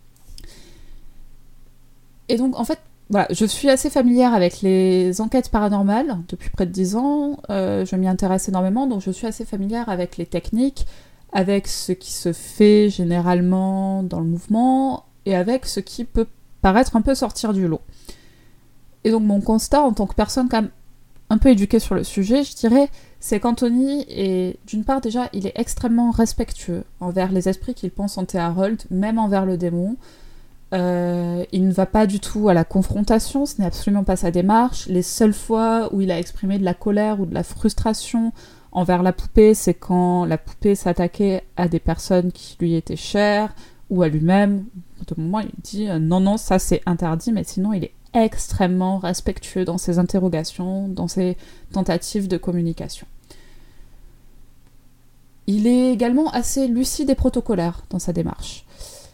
Et donc, en fait, voilà, je suis assez familière avec les enquêtes paranormales depuis près de 10 ans, je m'y intéresse énormément, donc je suis assez familière avec les techniques, avec ce qui se fait généralement dans le mouvement, et avec ce qui peut paraître un peu sortir du lot. Et donc mon constat en tant que personne quand même un peu éduquée sur le sujet, je dirais, c'est qu'Anthony est, d'une part déjà, il est extrêmement respectueux envers les esprits qu'il pense hanter Harold, même envers le démon. Il ne va pas du tout à la confrontation, ce n'est absolument pas sa démarche. Les seules fois où il a exprimé de la colère ou de la frustration envers la poupée, c'est quand la poupée s'attaquait à des personnes qui lui étaient chères, ou à lui-même. À un moment, il dit non, ça c'est interdit, mais sinon il est extrêmement respectueux dans ses interrogations, dans ses tentatives de communication. Il est également assez lucide et protocolaire dans sa démarche.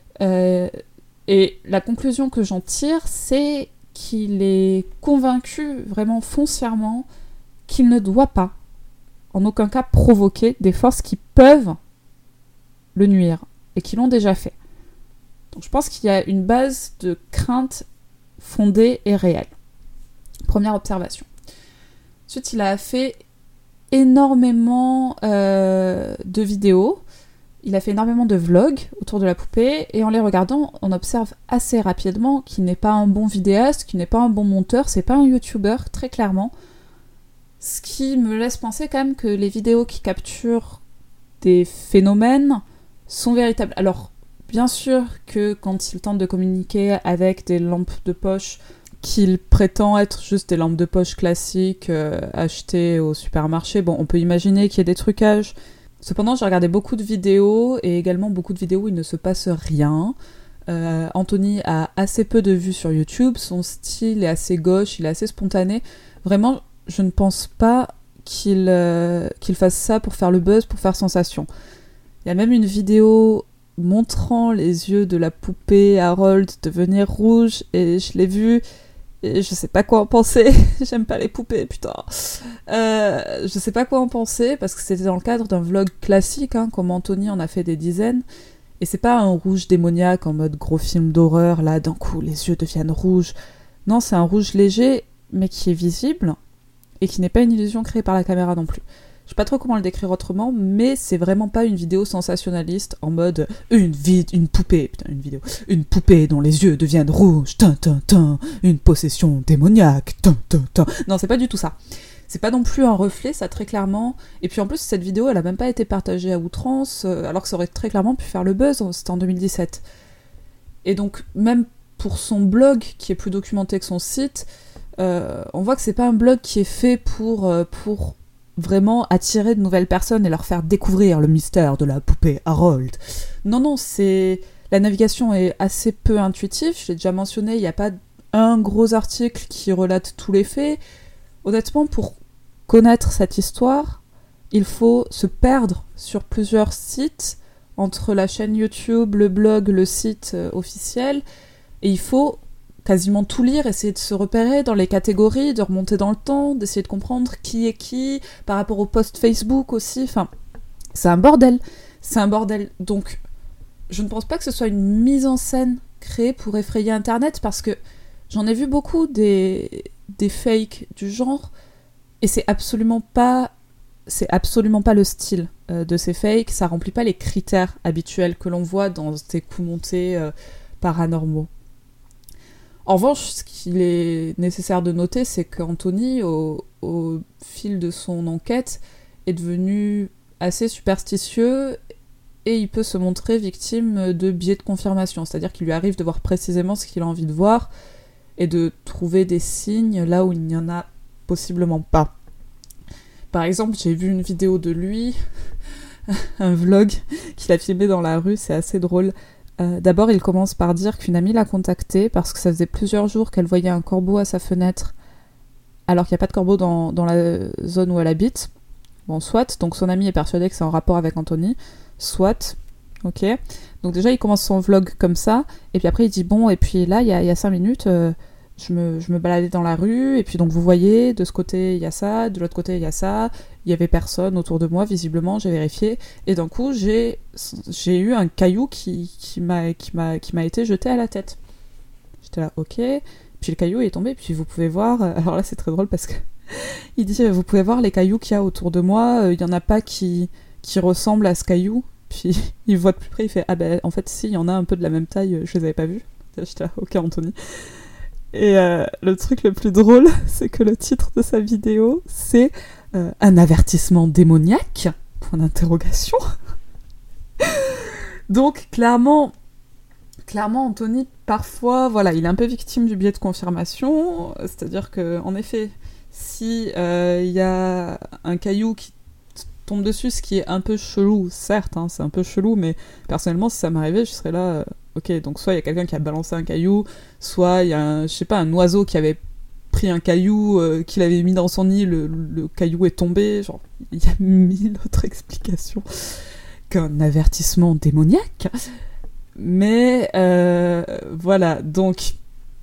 Et la conclusion que j'en tire, c'est qu'il est convaincu vraiment foncièrement qu'il ne doit pas, en aucun cas, provoquer des forces qui peuvent le nuire, et qui l'ont déjà fait. Donc je pense qu'il y a une base de crainte fondée et réelle. Première observation. Ensuite, il a fait énormément de vidéos, il a fait énormément de vlogs autour de la poupée, et en les regardant, on observe assez rapidement qu'il n'est pas un bon vidéaste, qu'il n'est pas un bon monteur, c'est pas un youtubeur, très clairement. Ce qui me laisse penser quand même que les vidéos qui capturent des phénomènes sont véritables. Alors, bien sûr que quand il tente de communiquer avec des lampes de poche qu'il prétend être juste des lampes de poche classiques achetées au supermarché, bon, on peut imaginer qu'il y ait des trucages. Cependant, j'ai regardé beaucoup de vidéos, et également beaucoup de vidéos où il ne se passe rien. Anthony a assez peu de vues sur YouTube, son style est assez gauche, il est assez spontané. Vraiment, je ne pense pas qu'il fasse ça pour faire le buzz, pour faire sensation. Il y a même une vidéo montrant les yeux de la poupée Harold devenir rouges, et je l'ai vue, et je sais pas quoi en penser. J'aime pas les poupées, putain. Je sais pas quoi en penser, parce que c'était dans le cadre d'un vlog classique, hein, comme Anthony en a fait des dizaines, et c'est pas un rouge démoniaque en mode gros film d'horreur, là, d'un coup, les yeux deviennent rouges. Non, c'est un rouge léger, mais qui est visible, et qui n'est pas une illusion créée par la caméra non plus. Je sais pas trop comment le décrire autrement, mais c'est vraiment pas une vidéo sensationnaliste en mode une poupée dont les yeux deviennent rouges, une possession démoniaque, Non, c'est pas du tout ça. C'est pas non plus un reflet, ça très clairement. Et puis en plus, cette vidéo, elle a même pas été partagée à outrance, alors que ça aurait très clairement pu faire le buzz, c'était en 2017. Et donc, même pour son blog, qui est plus documenté que son site, on voit que c'est pas un blog qui est fait pour vraiment attirer de nouvelles personnes et leur faire découvrir le mystère de la poupée Harold. Non, la navigation est assez peu intuitive, je l'ai déjà mentionné, il n'y a pas un gros article qui relate tous les faits. Honnêtement, pour connaître cette histoire, il faut se perdre sur plusieurs sites, entre la chaîne YouTube, le blog, le site officiel, et il faut quasiment tout lire, essayer de se repérer dans les catégories, de remonter dans le temps, d'essayer de comprendre qui est qui, par rapport aux posts Facebook aussi, enfin, c'est un bordel. Donc, je ne pense pas que ce soit une mise en scène créée pour effrayer Internet, parce que j'en ai vu beaucoup des fakes du genre, et c'est absolument pas le style de ces fakes, ça remplit pas les critères habituels que l'on voit dans des coups montés paranormaux. En revanche, ce qu'il est nécessaire de noter, c'est qu'Anthony, au fil de son enquête, est devenu assez superstitieux, et il peut se montrer victime de biais de confirmation, c'est-à-dire qu'il lui arrive de voir précisément ce qu'il a envie de voir, et de trouver des signes là où il n'y en a possiblement pas. Par exemple, j'ai vu une vidéo de lui, un vlog qu'il a filmé dans la rue, c'est assez drôle. D'abord, il commence par dire qu'une amie l'a contacté parce que ça faisait plusieurs jours qu'elle voyait un corbeau à sa fenêtre, alors qu'il n'y a pas de corbeau dans la zone où elle habite. Bon, soit, donc son amie est persuadée que c'est en rapport avec Anthony, soit, ok. Donc déjà, il commence son vlog comme ça, et puis après, il dit, bon, et puis là, il y a 5 minutes, je me baladais dans la rue, et puis donc vous voyez, de ce côté, il y a ça, de l'autre côté, il y a ça, il y avait personne autour de moi, visiblement, j'ai vérifié, et d'un coup, j'ai eu un caillou qui m'a été jeté à la tête. J'étais là, ok, puis le caillou est tombé, puis vous pouvez voir, alors là, c'est très drôle parce que il dit, vous pouvez voir les cailloux qu'il y a autour de moi, il y en a pas qui ressemblent à ce caillou, puis il voit de plus près, il fait, ah ben, en fait, si, il y en a un peu de la même taille, je les avais pas vus. J'étais là, ok, Anthony. Et le truc le plus drôle, c'est que le titre de sa vidéo, c'est un avertissement démoniaque ? Point d'interrogation. Donc clairement, Anthony, parfois, voilà, il est un peu victime du biais de confirmation, c'est-à-dire que, en effet, si y a un caillou qui tombe dessus, ce qui est un peu chelou, certes, hein, c'est un peu chelou, mais personnellement, si ça m'arrivait, je serais là, ok, donc soit il y a quelqu'un qui a balancé un caillou, soit il y a un oiseau qui avait pris un caillou, qu'il avait mis dans son nid, le caillou est tombé, genre, il y a 1000 autres explications qu'un avertissement démoniaque. Mais voilà, donc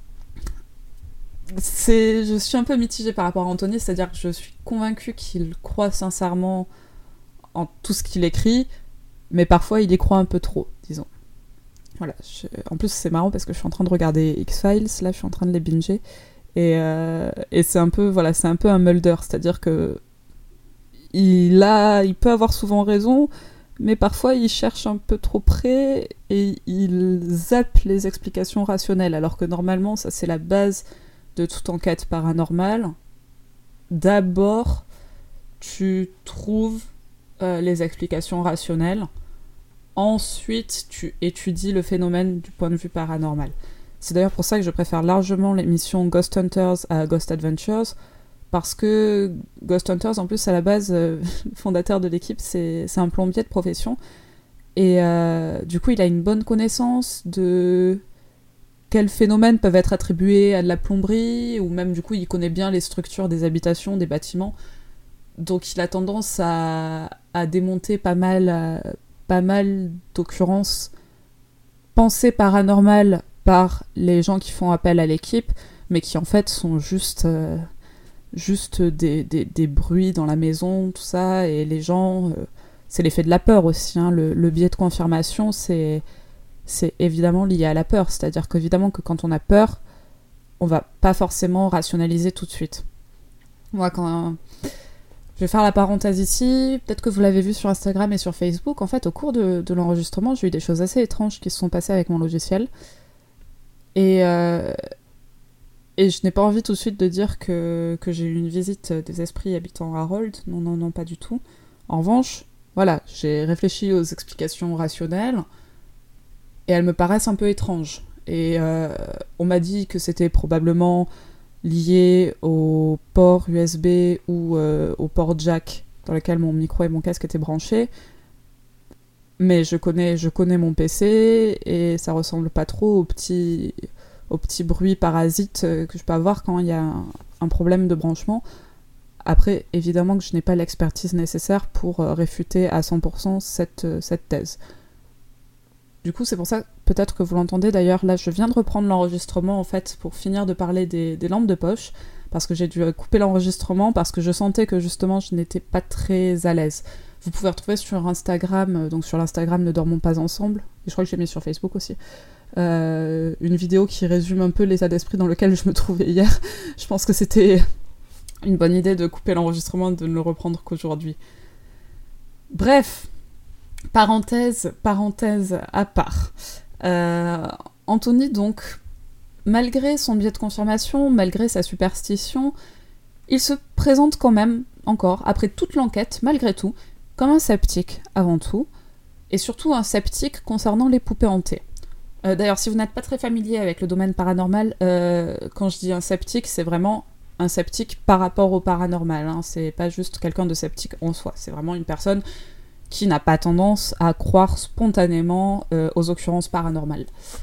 je suis un peu mitigée par rapport à Anthony, c'est-à-dire que je suis convaincue qu'il croit sincèrement en tout ce qu'il écrit, mais parfois il y croit un peu trop, disons. Voilà, en plus c'est marrant parce que je suis en train de regarder X-Files, là je suis en train de les binger, et c'est un peu, voilà, c'est un peu un Mulder, c'est-à-dire que il peut avoir souvent raison, mais parfois il cherche un peu trop près et il zappe les explications rationnelles, alors que normalement ça c'est la base de toute enquête paranormale. D'abord tu trouves les explications rationnelles, ensuite tu étudies le phénomène du point de vue paranormal. C'est d'ailleurs pour ça que je préfère largement l'émission Ghost Hunters à Ghost Adventures, parce que Ghost Hunters, en plus, à la base, le fondateur de l'équipe, c'est un plombier de profession. Et du coup, il a une bonne connaissance de quels phénomènes peuvent être attribués à de la plomberie, ou même, du coup, il connaît bien les structures des habitations, des bâtiments. Donc il a tendance à démonter pas mal d'occurrences pensées paranormales par les gens qui font appel à l'équipe, mais qui en fait sont juste des bruits dans la maison, tout ça, et les gens... c'est l'effet de la peur aussi, hein. Le biais de confirmation, c'est évidemment lié à la peur. C'est-à-dire qu'évidemment que quand on a peur, on va pas forcément rationaliser tout de suite. Moi, je vais faire la parenthèse ici, peut-être que vous l'avez vu sur Instagram et sur Facebook, en fait, au cours de l'enregistrement, j'ai eu des choses assez étranges qui se sont passées avec mon logiciel. Et je n'ai pas envie tout de suite de dire que j'ai eu une visite des esprits habitant Harold. Non, pas du tout. En revanche, voilà, j'ai réfléchi aux explications rationnelles, et elles me paraissent un peu étranges. Et on m'a dit que c'était probablement lié au port USB ou au port jack dans lequel mon micro et mon casque étaient branchés. Mais je connais mon PC et ça ressemble pas trop aux petits bruits parasites que je peux avoir quand il y a un problème de branchement. Après, évidemment que je n'ai pas l'expertise nécessaire pour réfuter à 100% cette thèse. Du coup, c'est pour ça, peut-être que vous l'entendez d'ailleurs, là je viens de reprendre l'enregistrement en fait pour finir de parler des lampes de poche, parce que j'ai dû couper l'enregistrement parce que je sentais que justement je n'étais pas très à l'aise. Vous pouvez retrouver sur Instagram, donc sur l'Instagram Ne Dormons Pas Ensemble, et je crois que j'ai mis sur Facebook aussi, une vidéo qui résume un peu l'état d'esprit dans lequel je me trouvais hier. Je pense que c'était une bonne idée de couper l'enregistrement et de ne le reprendre qu'aujourd'hui. Bref, parenthèse à part. Anthony, donc, malgré son biais de confirmation, malgré sa superstition, il se présente quand même, encore, après toute l'enquête, malgré tout, comme un sceptique, avant tout, et surtout un sceptique concernant les poupées hantées. D'ailleurs, si vous n'êtes pas très familier avec le domaine paranormal, quand je dis un sceptique, c'est vraiment un sceptique par rapport au paranormal, hein. C'est pas juste quelqu'un de sceptique en soi, c'est vraiment une personne qui n'a pas tendance à croire spontanément aux occurrences paranormales.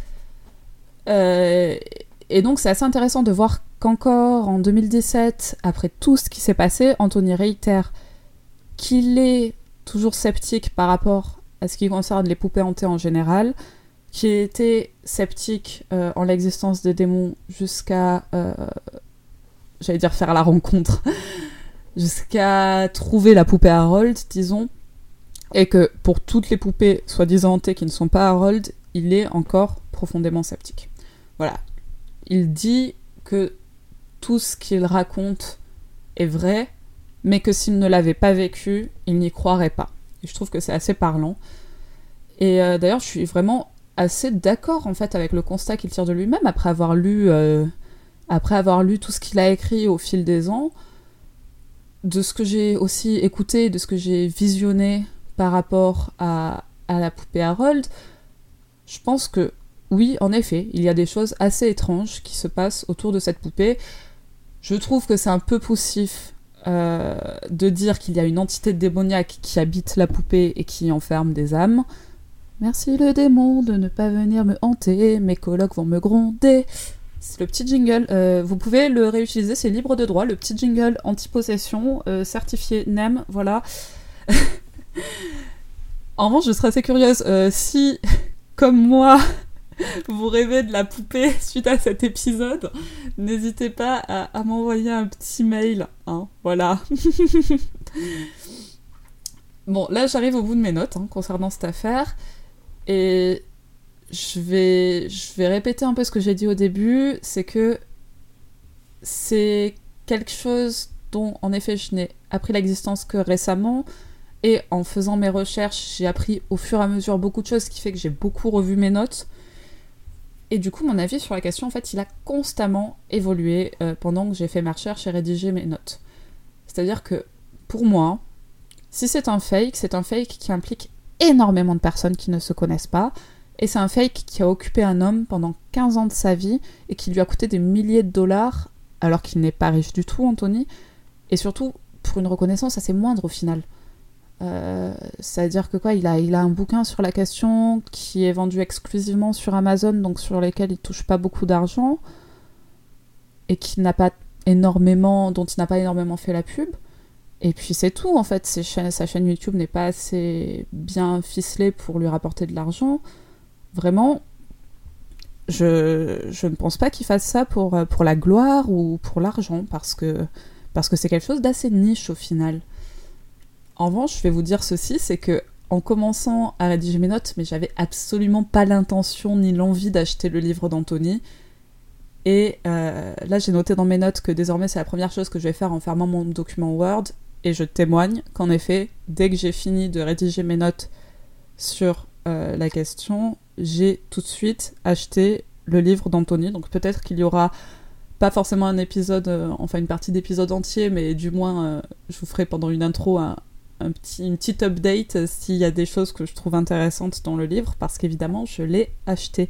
Et donc c'est assez intéressant de voir qu'encore en 2017, après tout ce qui s'est passé, Anthony réitère qu'il est toujours sceptique par rapport à ce qui concerne les poupées hantées en général, qu'il était sceptique en l'existence des démons jusqu'à... j'allais dire faire la rencontre, jusqu'à trouver la poupée Harold, disons, et que pour toutes les poupées soi-disant hantées qui ne sont pas Harold, il est encore profondément sceptique. Voilà. Il dit que tout ce qu'il raconte est vrai, mais que s'il ne l'avait pas vécu, il n'y croirait pas. Et je trouve que c'est assez parlant. Et d'ailleurs, je suis vraiment assez d'accord en fait avec le constat qu'il tire de lui-même après avoir lu tout ce qu'il a écrit au fil des ans, de ce que j'ai aussi écouté, de ce que j'ai visionné par rapport à la poupée Harold. Je pense que oui, en effet, il y a des choses assez étranges qui se passent autour de cette poupée. Je trouve que c'est un peu poussif de dire qu'il y a une entité démoniaque qui habite la poupée et qui enferme des âmes. Merci le démon de ne pas venir me hanter, mes colocs vont me gronder. C'est le petit jingle. Vous pouvez le réutiliser, c'est libre de droit. Le petit jingle anti-possession, certifié NEM, voilà. En revanche, je serais assez curieuse si, comme moi, vous rêvez de la poupée suite à cet épisode, n'hésitez pas à m'envoyer un petit mail, hein, voilà. Bon, là j'arrive au bout de mes notes concernant cette affaire, et je vais répéter un peu ce que j'ai dit au début, c'est que c'est quelque chose dont en effet je n'ai appris l'existence que récemment, et en faisant mes recherches, j'ai appris au fur et à mesure beaucoup de choses, ce qui fait que j'ai beaucoup revu mes notes. Et du coup, mon avis sur la question, en fait, il a constamment évolué pendant que j'ai fait ma recherche et rédigé mes notes. C'est-à-dire que, pour moi, si c'est un fake qui implique énormément de personnes qui ne se connaissent pas, et c'est un fake qui a occupé un homme pendant 15 ans de sa vie, et qui lui a coûté des milliers de dollars, alors qu'il n'est pas riche du tout, Anthony, et surtout, pour une reconnaissance assez moindre au final. C'est-à-dire que quoi, il a un bouquin sur la question qui est vendu exclusivement sur Amazon, donc sur lesquels il touche pas beaucoup d'argent et dont il n'a pas énormément fait la pub. Et puis c'est tout, en fait. Sa chaîne YouTube n'est pas assez bien ficelée pour lui rapporter de l'argent. Vraiment, je ne pense pas qu'il fasse ça pour la gloire ou pour l'argent, parce que c'est quelque chose d'assez niche au final. En revanche, je vais vous dire ceci, c'est que en commençant à rédiger mes notes, mais j'avais absolument pas l'intention ni l'envie d'acheter le livre d'Anthony. Et là, j'ai noté dans mes notes que désormais, c'est la première chose que je vais faire en fermant mon document Word. Et je témoigne qu'en effet, dès que j'ai fini de rédiger mes notes sur la question, j'ai tout de suite acheté le livre d'Anthony. Donc peut-être qu'il y aura pas forcément un épisode, enfin une partie d'épisode entier, mais du moins, je vous ferai pendant une intro une petite update s'il y a des choses que je trouve intéressantes dans le livre, parce qu'évidemment, je l'ai acheté.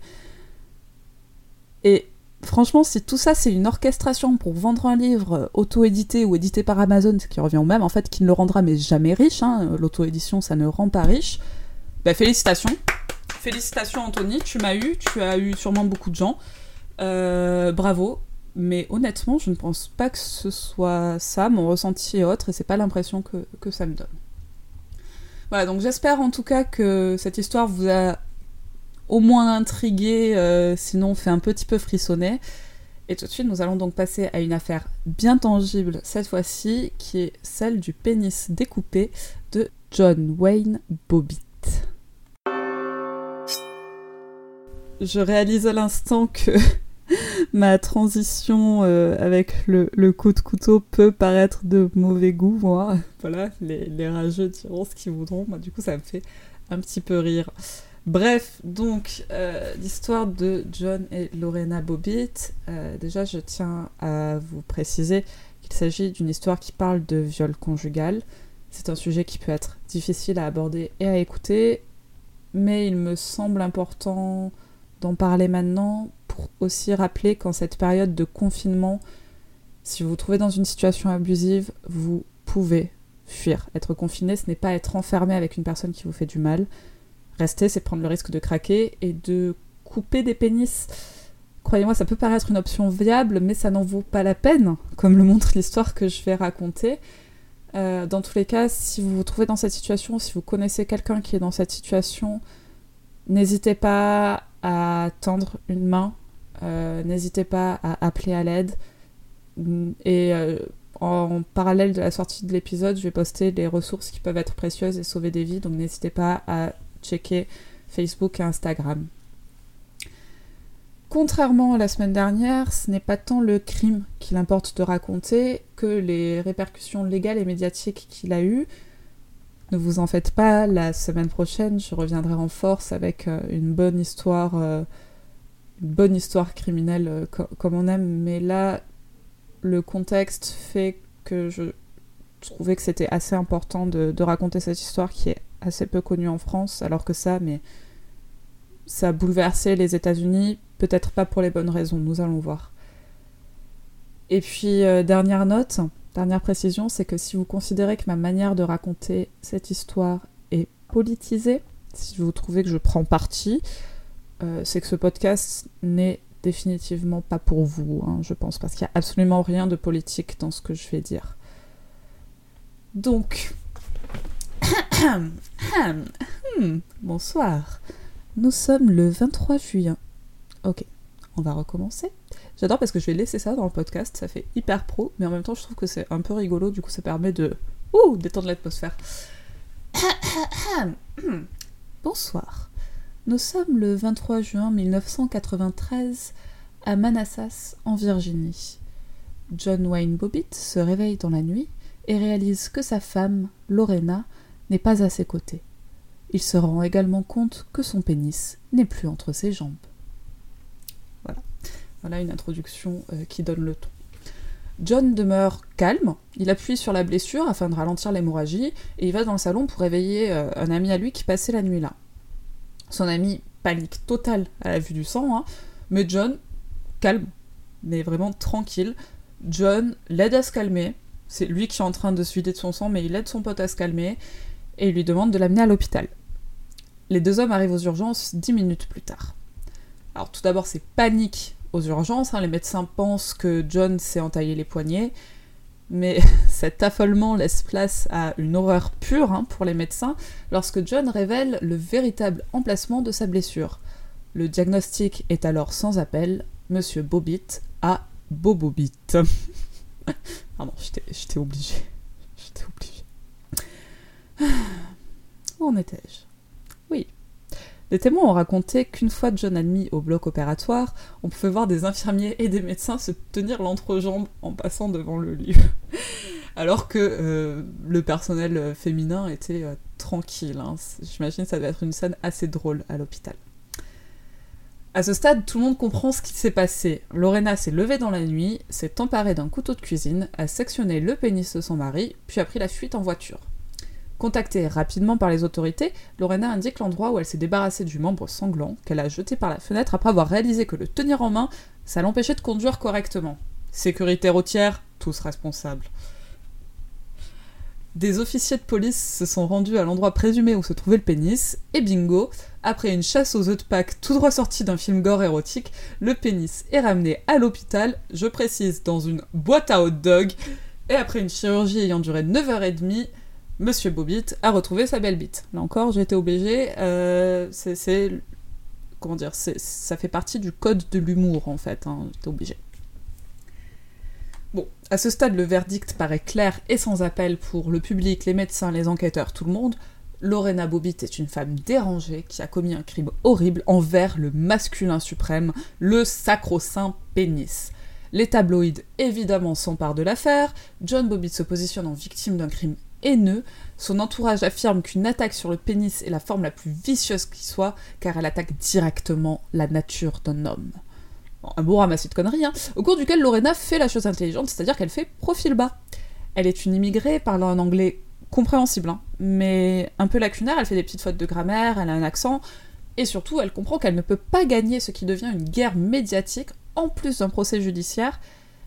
Et franchement, si tout ça c'est une orchestration pour vendre un livre auto-édité ou édité par Amazon, ce qui revient au même, en fait, qui ne le rendra mais jamais riche, hein, l'auto-édition ça ne rend pas riche, bah félicitations. Félicitations Anthony, tu as eu sûrement beaucoup de gens. Bravo. Mais honnêtement, je ne pense pas que ce soit ça, mon ressenti est autre, et c'est pas l'impression que ça me donne. Voilà, donc j'espère en tout cas que cette histoire vous a au moins intrigué, sinon fait un petit peu frissonner. Et tout de suite, nous allons donc passer à une affaire bien tangible cette fois-ci, qui est celle du pénis découpé de John Wayne Bobbitt. Je réalise à l'instant que ma transition avec le coup de couteau peut paraître de mauvais goût, moi. Voilà, les rageux diront ce qu'ils voudront. Moi, du coup, ça me fait un petit peu rire. Bref, donc, l'histoire de John et Lorena Bobbitt. Déjà, je tiens à vous préciser qu'il s'agit d'une histoire qui parle de viol conjugal. C'est un sujet qui peut être difficile à aborder et à écouter, mais il me semble important d'en parler maintenant pour aussi rappeler qu'en cette période de confinement, si vous vous trouvez dans une situation abusive, vous pouvez fuir. Être confiné, ce n'est pas être enfermé avec une personne qui vous fait du mal. Rester, c'est prendre le risque de craquer et de couper des pénis. Croyez-moi, ça peut paraître une option viable, mais ça n'en vaut pas la peine, comme le montre l'histoire que je vais raconter. Dans tous les cas, si vous vous trouvez dans cette situation, si vous connaissez quelqu'un qui est dans cette situation, n'hésitez pas à tendre une main, n'hésitez pas à appeler à l'aide. Et en parallèle de la sortie de l'épisode, je vais poster les ressources qui peuvent être précieuses et sauver des vies, donc n'hésitez pas à checker Facebook et Instagram. Contrairement à la semaine dernière, ce n'est pas tant le crime qu'il importe de raconter que les répercussions légales et médiatiques qu'il a eues. Ne vous en faites pas, la semaine prochaine, je reviendrai en force avec une bonne histoire criminelle comme on aime, mais là, le contexte fait que je trouvais que c'était assez important de raconter cette histoire qui est assez peu connue en France, alors que ça a bouleversé les États-Unis, peut-être pas pour les bonnes raisons, nous allons voir. Et puis, dernière précision, c'est que si vous considérez que ma manière de raconter cette histoire est politisée, si vous trouvez que je prends parti, c'est que ce podcast n'est définitivement pas pour vous, hein, je pense, parce qu'il n'y a absolument rien de politique dans ce que je vais dire. Donc, bonsoir. Nous sommes le 23 juin. Ok, on va recommencer. J'adore parce que je vais laisser ça dans le podcast, ça fait hyper pro, mais en même temps je trouve que c'est un peu rigolo, du coup ça permet de détendre l'atmosphère. Bonsoir. Nous sommes le 23 juin 1993 à Manassas, en Virginie. John Wayne Bobbitt se réveille dans la nuit et réalise que sa femme, Lorena, n'est pas à ses côtés. Il se rend également compte que son pénis n'est plus entre ses jambes. Voilà une introduction qui donne le ton. John demeure calme, il appuie sur la blessure afin de ralentir l'hémorragie et il va dans le salon pour réveiller un ami à lui qui passait la nuit là. Son ami panique totale à la vue du sang, hein, mais John, calme, mais vraiment tranquille. John l'aide à se calmer, c'est lui qui est en train de se vider de son sang, mais il aide son pote à se calmer et il lui demande de l'amener à l'hôpital. Les deux hommes arrivent aux urgences 10 minutes plus tard. Alors tout d'abord c'est panique aux urgences, hein, les médecins pensent que John s'est entaillé les poignets, Mais cet affolement laisse place à une horreur pure pour les médecins lorsque John révèle le véritable emplacement de sa blessure. Le diagnostic est alors sans appel, Monsieur Bobbitt a Bobobit. Pardon, j'étais obligée. Où en étais-je ? Oui. Les témoins ont raconté qu'une fois John admis au bloc opératoire, on pouvait voir des infirmiers et des médecins se tenir l'entrejambe en passant devant le lieu. Alors que le personnel féminin était tranquille. J'imagine que ça devait être une scène assez drôle à l'hôpital. À ce stade, tout le monde comprend ce qui s'est passé. Lorena s'est levée dans la nuit, s'est emparée d'un couteau de cuisine, a sectionné le pénis de son mari, puis a pris la fuite en voiture. Contactée rapidement par les autorités, Lorena indique l'endroit où elle s'est débarrassée du membre sanglant, qu'elle a jeté par la fenêtre après avoir réalisé que le tenir en main, ça l'empêchait de conduire correctement. Sécurité routière, tous responsables. Des officiers de police se sont rendus à l'endroit présumé où se trouvait le pénis, et bingo, après une chasse aux œufs de Pâques tout droit sortie d'un film gore érotique, le pénis est ramené à l'hôpital, je précise, dans une boîte à hot dog, et après une chirurgie ayant duré 9h30, Monsieur Bobbitt a retrouvé sa belle bite. Là encore, j'ai été obligée, ça fait partie du code de l'humour, en fait, j'étais obligée. Bon, à ce stade, le verdict paraît clair et sans appel pour le public, les médecins, les enquêteurs, tout le monde. Lorena Bobbitt est une femme dérangée qui a commis un crime horrible envers le masculin suprême, le sacro-saint pénis. Les tabloïds, évidemment, s'emparent de l'affaire. John Bobbitt se positionne en victime d'un crime haineux. Son entourage affirme qu'une attaque sur le pénis est la forme la plus vicieuse qui soit, car elle attaque directement la nature d'un homme. Un beau ramassis de conneries, au cours duquel Lorena fait la chose intelligente, c'est-à-dire qu'elle fait profil bas. Elle est une immigrée parlant un anglais compréhensible, mais un peu lacunaire, elle fait des petites fautes de grammaire, elle a un accent, et surtout, elle comprend qu'elle ne peut pas gagner ce qui devient une guerre médiatique, en plus d'un procès judiciaire.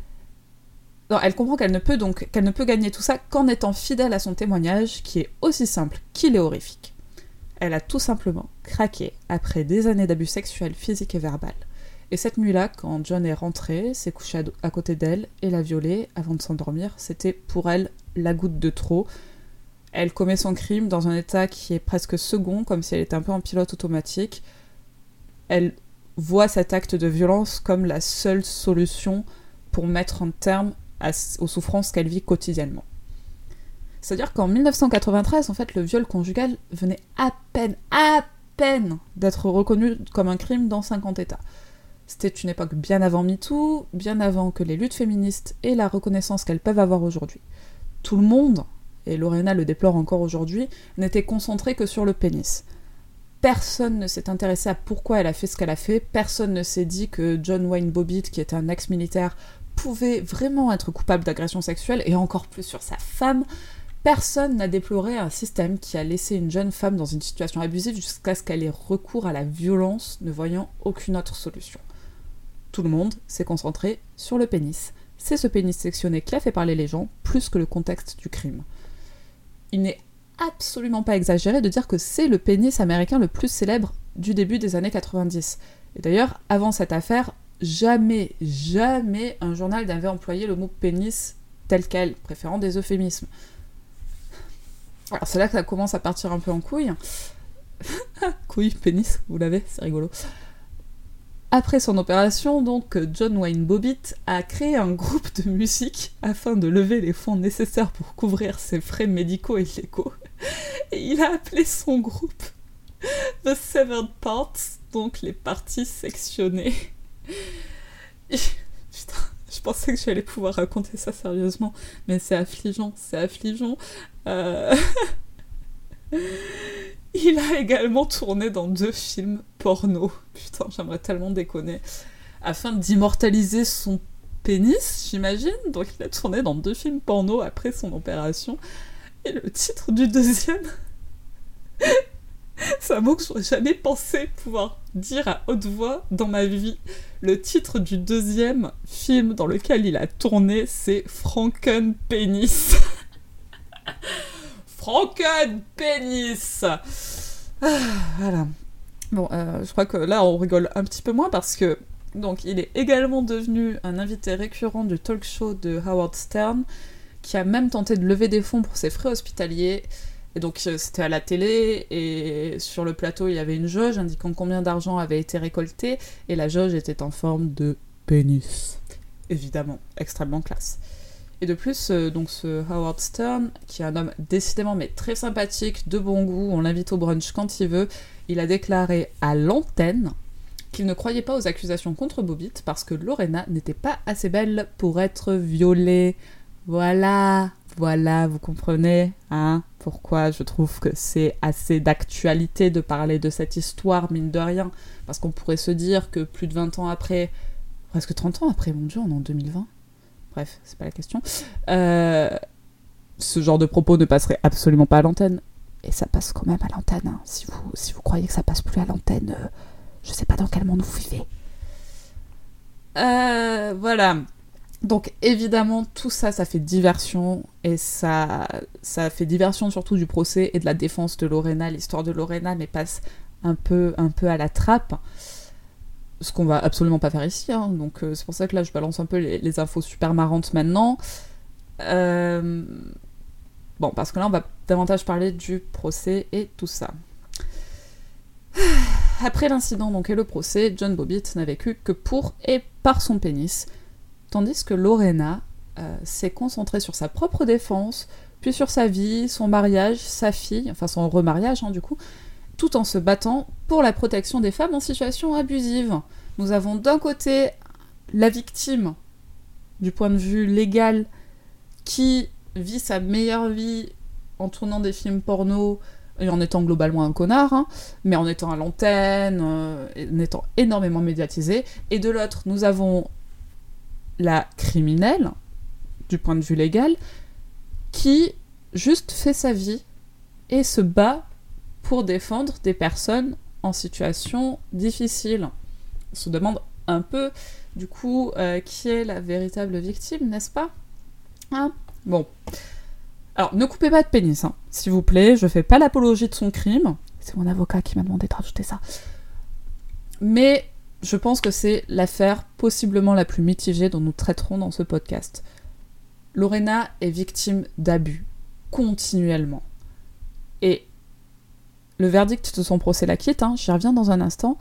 Non, elle comprend qu'elle ne peut gagner tout ça qu'en étant fidèle à son témoignage, qui est aussi simple qu'il est horrifique. Elle a tout simplement craqué après des années d'abus sexuels, physiques et verbal. Et cette nuit-là, quand John est rentré, s'est couché à côté d'elle et l'a violée avant de s'endormir, c'était pour elle la goutte de trop. Elle commet son crime dans un état qui est presque second, comme si elle était un peu en pilote automatique. Elle voit cet acte de violence comme la seule solution pour mettre un terme aux souffrances qu'elle vit quotidiennement. C'est-à-dire qu'en 1993, en fait, le viol conjugal venait à peine d'être reconnu comme un crime dans 50 États. C'était une époque bien avant MeToo, bien avant que les luttes féministes aient la reconnaissance qu'elles peuvent avoir aujourd'hui. Tout le monde, et Lorena le déplore encore aujourd'hui, n'était concentré que sur le pénis. Personne ne s'est intéressé à pourquoi elle a fait ce qu'elle a fait, personne ne s'est dit que John Wayne Bobbitt, qui était un ex-militaire, pouvait vraiment être coupable d'agression sexuelle, et encore plus sur sa femme. Personne n'a déploré un système qui a laissé une jeune femme dans une situation abusive jusqu'à ce qu'elle ait recours à la violence, ne voyant aucune autre solution. Tout le monde s'est concentré sur le pénis. C'est ce pénis sectionné qui a fait parler les gens, plus que le contexte du crime. Il n'est absolument pas exagéré de dire que c'est le pénis américain le plus célèbre du début des années 90. Et d'ailleurs, avant cette affaire, jamais un journal n'avait employé le mot pénis tel quel, préférant des euphémismes. Alors c'est là que ça commence à partir un peu en couille. Couille, pénis, vous l'avez, c'est rigolo. Après son opération, donc, John Wayne Bobbitt a créé un groupe de musique afin de lever les fonds nécessaires pour couvrir ses frais médicaux et légaux. Et il a appelé son groupe The Severed Parts, donc les parties sectionnées. Putain, je pensais que j'allais pouvoir raconter ça sérieusement, mais c'est affligeant. Il a également tourné dans 2 films porno. Putain, j'aimerais tellement déconner. Afin d'immortaliser son pénis, j'imagine. Donc il a tourné dans 2 films porno après son opération. Et le titre du deuxième... c'est un mot que j'aurais jamais pensé pouvoir dire à haute voix dans ma vie. Le titre du deuxième film dans lequel il a tourné, c'est Frankenpenis. Frankenpenis. Voilà. Bon, je crois que là, on rigole un petit peu moins parce que donc il est également devenu un invité récurrent du talk show de Howard Stern qui a même tenté de lever des fonds pour ses frais hospitaliers. Et donc c'était à la télé, et sur le plateau il y avait une jauge indiquant combien d'argent avait été récolté, et la jauge était en forme de pénis. Évidemment, extrêmement classe. Et de plus, donc ce Howard Stern, qui est un homme décidément mais très sympathique, de bon goût, on l'invite au brunch quand il veut, il a déclaré à l'antenne qu'il ne croyait pas aux accusations contre Bobbitt parce que Lorena n'était pas assez belle pour être violée. Voilà, vous comprenez, hein, pourquoi je trouve que c'est assez d'actualité de parler de cette histoire, mine de rien, parce qu'on pourrait se dire que plus de 20 ans après, presque 30 ans après, mon Dieu, on est en 2020, bref, c'est pas la question, ce genre de propos ne passerait absolument pas à l'antenne, et ça passe quand même à l'antenne, hein. Si vous croyez que ça passe plus à l'antenne, je sais pas dans quel monde vous vivez. Voilà. Donc évidemment tout ça fait diversion, et ça fait diversion surtout du procès et de la défense de Lorena, l'histoire de Lorena, mais passe un peu à la trappe, ce qu'on va absolument pas faire ici, hein. Donc c'est pour ça que là je balance un peu les infos super marrantes maintenant. Bon, parce que là on va davantage parler du procès et tout ça. Après l'incident donc et le procès, John Bobbitt n'a vécu que pour et par son pénis, tandis que Lorena s'est concentrée sur sa propre défense, puis sur sa vie, son mariage, sa fille, enfin son remariage du coup, tout en se battant pour la protection des femmes en situation abusive. Nous avons d'un côté la victime, du point de vue légal, qui vit sa meilleure vie en tournant des films porno et en étant globalement un connard, hein, mais en étant à l'antenne, en étant énormément médiatisé, et de l'autre, nous avons la criminelle, du point de vue légal, qui juste fait sa vie et se bat pour défendre des personnes en situation difficile. On se demande un peu, du coup, qui est la véritable victime, n'est-ce pas ? Hein ? Bon. Alors, ne coupez pas de pénis, hein, s'il vous plaît, je fais pas l'apologie de son crime. C'est mon avocat qui m'a demandé de rajouter ça. Mais je pense que c'est l'affaire possiblement la plus mitigée dont nous traiterons dans ce podcast. Lorena est victime d'abus, continuellement. Et le verdict de son procès l'acquitte, j'y reviens dans un instant.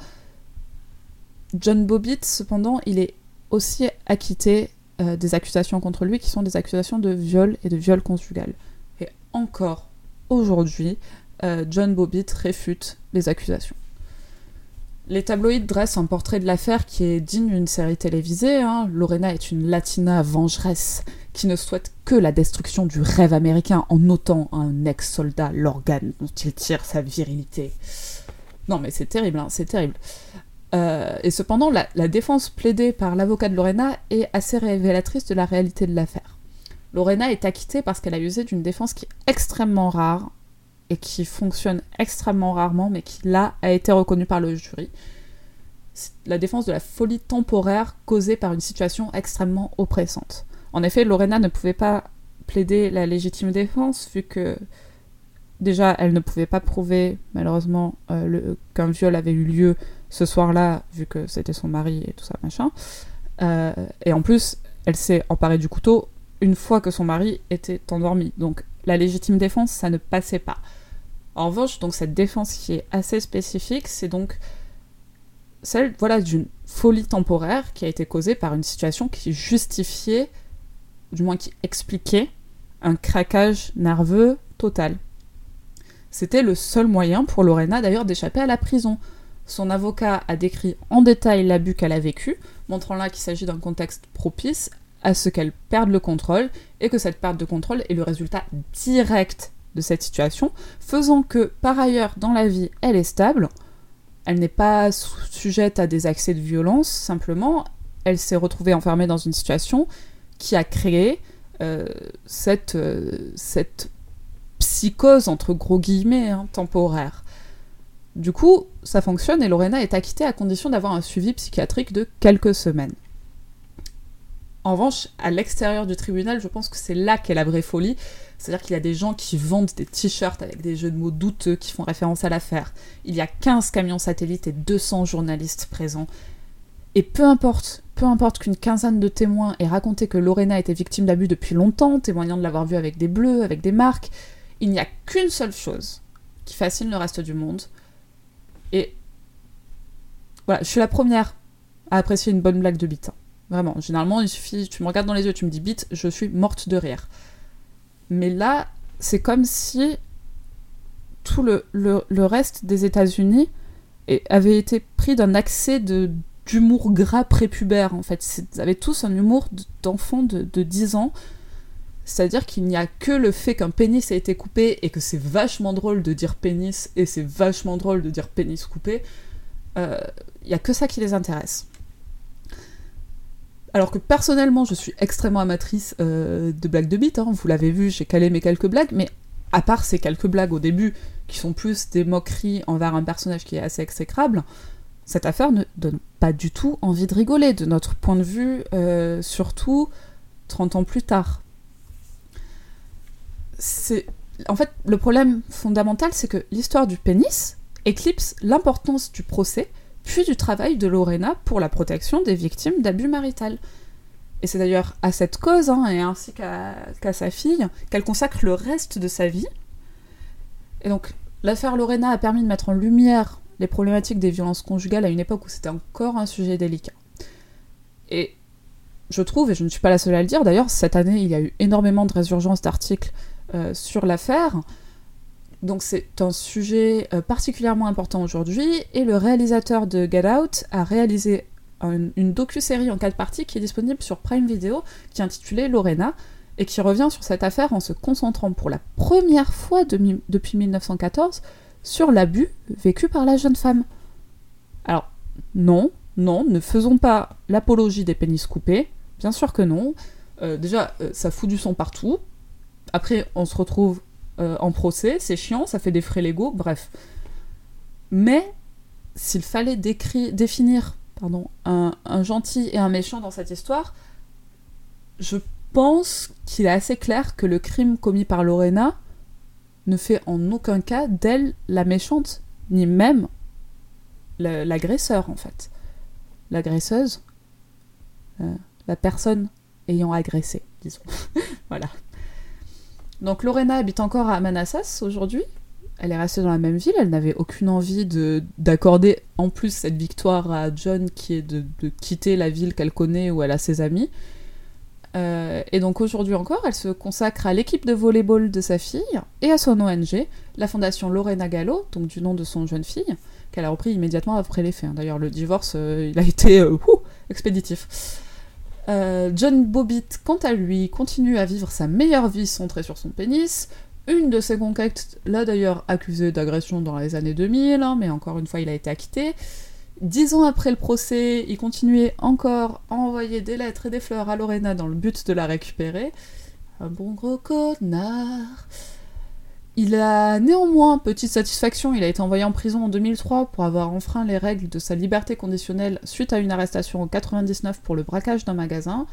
John Bobbitt, cependant, il est aussi acquitté des accusations contre lui, qui sont des accusations de viol et de viol conjugal. Et encore, aujourd'hui, John Bobbitt réfute les accusations. Les tabloïds dressent un portrait de l'affaire qui est digne d'une série télévisée. Lorena est une latina vengeresse qui ne souhaite que la destruction du rêve américain en ôtant à un ex-soldat l'organe dont il tire sa virilité. Non mais c'est terrible, c'est terrible. Et cependant, la défense plaidée par l'avocat de Lorena est assez révélatrice de la réalité de l'affaire. Lorena est acquittée parce qu'elle a usé d'une défense qui est extrêmement rare, et qui fonctionne extrêmement rarement, mais qui, là, a été reconnue par le jury. C'est la défense de la folie temporaire causée par une situation extrêmement oppressante. En effet, Lorena ne pouvait pas plaider la légitime défense, vu que, déjà, elle ne pouvait pas prouver, malheureusement, qu'un viol avait eu lieu ce soir-là, vu que c'était son mari et tout ça, machin. Et en plus, elle s'est emparée du couteau une fois que son mari était endormi. Donc, la légitime défense, ça ne passait pas. En revanche, donc cette défense qui est assez spécifique, c'est donc celle, d'une folie temporaire qui a été causée par une situation qui justifiait, du moins qui expliquait, un craquage nerveux total. C'était le seul moyen pour Lorena d'ailleurs d'échapper à la prison. Son avocat a décrit en détail l'abus qu'elle a vécu, montrant là qu'il s'agit d'un contexte propice à ce qu'elle perde le contrôle, et que cette perte de contrôle est le résultat direct de cette situation, faisant que, par ailleurs, dans la vie, elle est stable, elle n'est pas sujette à des accès de violence, simplement, elle s'est retrouvée enfermée dans une situation qui a créé cette psychose, entre gros guillemets, temporaire. Du coup, ça fonctionne, et Lorena est acquittée à condition d'avoir un suivi psychiatrique de quelques semaines. En revanche, à l'extérieur du tribunal, je pense que c'est là qu'est la vraie folie. C'est-à-dire qu'il y a des gens qui vendent des t-shirts avec des jeux de mots douteux qui font référence à l'affaire. Il y a 15 camions satellites et 200 journalistes présents. Et peu importe qu'une quinzaine de témoins aient raconté que Lorena était victime d'abus depuis longtemps, témoignant de l'avoir vue avec des bleus, avec des marques, il n'y a qu'une seule chose qui fascine le reste du monde. Et voilà, je suis la première à apprécier une bonne blague de bite. Vraiment, généralement, il suffit, tu me regardes dans les yeux, tu me dis bite, je suis morte de rire. Mais là, c'est comme si tout le reste des États-Unis avait été pris d'un accès d'humour gras prépubère, en fait. Ils avaient tous un humour d'enfants de 10 ans. C'est-à-dire qu'il n'y a que le fait qu'un pénis ait été coupé et que c'est vachement drôle de dire pénis et c'est vachement drôle de dire pénis coupé. Il n'y a que ça qui les intéresse. Alors que personnellement, je suis extrêmement amatrice de blagues de bite. Hein. Vous l'avez vu, j'ai calé mes quelques blagues, mais à part ces quelques blagues au début, qui sont plus des moqueries envers un personnage qui est assez exécrable, cette affaire ne donne pas du tout envie de rigoler, de notre point de vue, surtout 30 ans plus tard. En fait, le problème fondamental, c'est que l'histoire du pénis éclipse l'importance du procès, puis du travail de Lorena pour la protection des victimes d'abus marital. Et c'est d'ailleurs à cette cause, et ainsi qu'à sa fille, qu'elle consacre le reste de sa vie. Et donc, l'affaire Lorena a permis de mettre en lumière les problématiques des violences conjugales à une époque où c'était encore un sujet délicat. Et je trouve, et je ne suis pas la seule à le dire, d'ailleurs, cette année, il y a eu énormément de résurgences d'articles sur l'affaire. Donc c'est un sujet particulièrement important aujourd'hui, et le réalisateur de Get Out a réalisé une docu-série en 4 parties qui est disponible sur Prime Video, qui est intitulée Lorena, et qui revient sur cette affaire en se concentrant pour la première fois depuis 1914 sur l'abus vécu par la jeune femme. Alors, non, ne faisons pas l'apologie des pénis coupés, bien sûr que non. Déjà, ça fout du sang partout. Après, on se retrouve en procès, c'est chiant, ça fait des frais légaux, bref. Mais, s'il fallait définir un gentil et un méchant dans cette histoire, je pense qu'il est assez clair que le crime commis par Lorena ne fait en aucun cas d'elle la méchante, ni même l'agresseur, en fait. L'agresseuse, la personne ayant agressé, disons. Voilà. Donc Lorena habite encore à Manassas aujourd'hui. Elle est restée dans la même ville, elle n'avait aucune envie d'accorder en plus cette victoire à John, qui est de quitter la ville qu'elle connaît où elle a ses amis. Et donc aujourd'hui encore, elle se consacre à l'équipe de volleyball de sa fille et à son ONG, la fondation Lorena Gallo, donc du nom de son jeune fille, qu'elle a repris immédiatement après les faits. D'ailleurs, le divorce, il a été expéditif. John Bobbitt, quant à lui, continue à vivre sa meilleure vie centrée sur son pénis. Une de ses conquêtes l'a d'ailleurs accusé d'agression dans les années 2000, mais encore une fois, il a été acquitté. 10 ans après le procès, il continuait encore à envoyer des lettres et des fleurs à Lorena dans le but de la récupérer. Un bon gros connard. Il a néanmoins, petite satisfaction, il a été envoyé en prison en 2003 pour avoir enfreint les règles de sa liberté conditionnelle suite à une arrestation en 99 pour le braquage d'un magasin.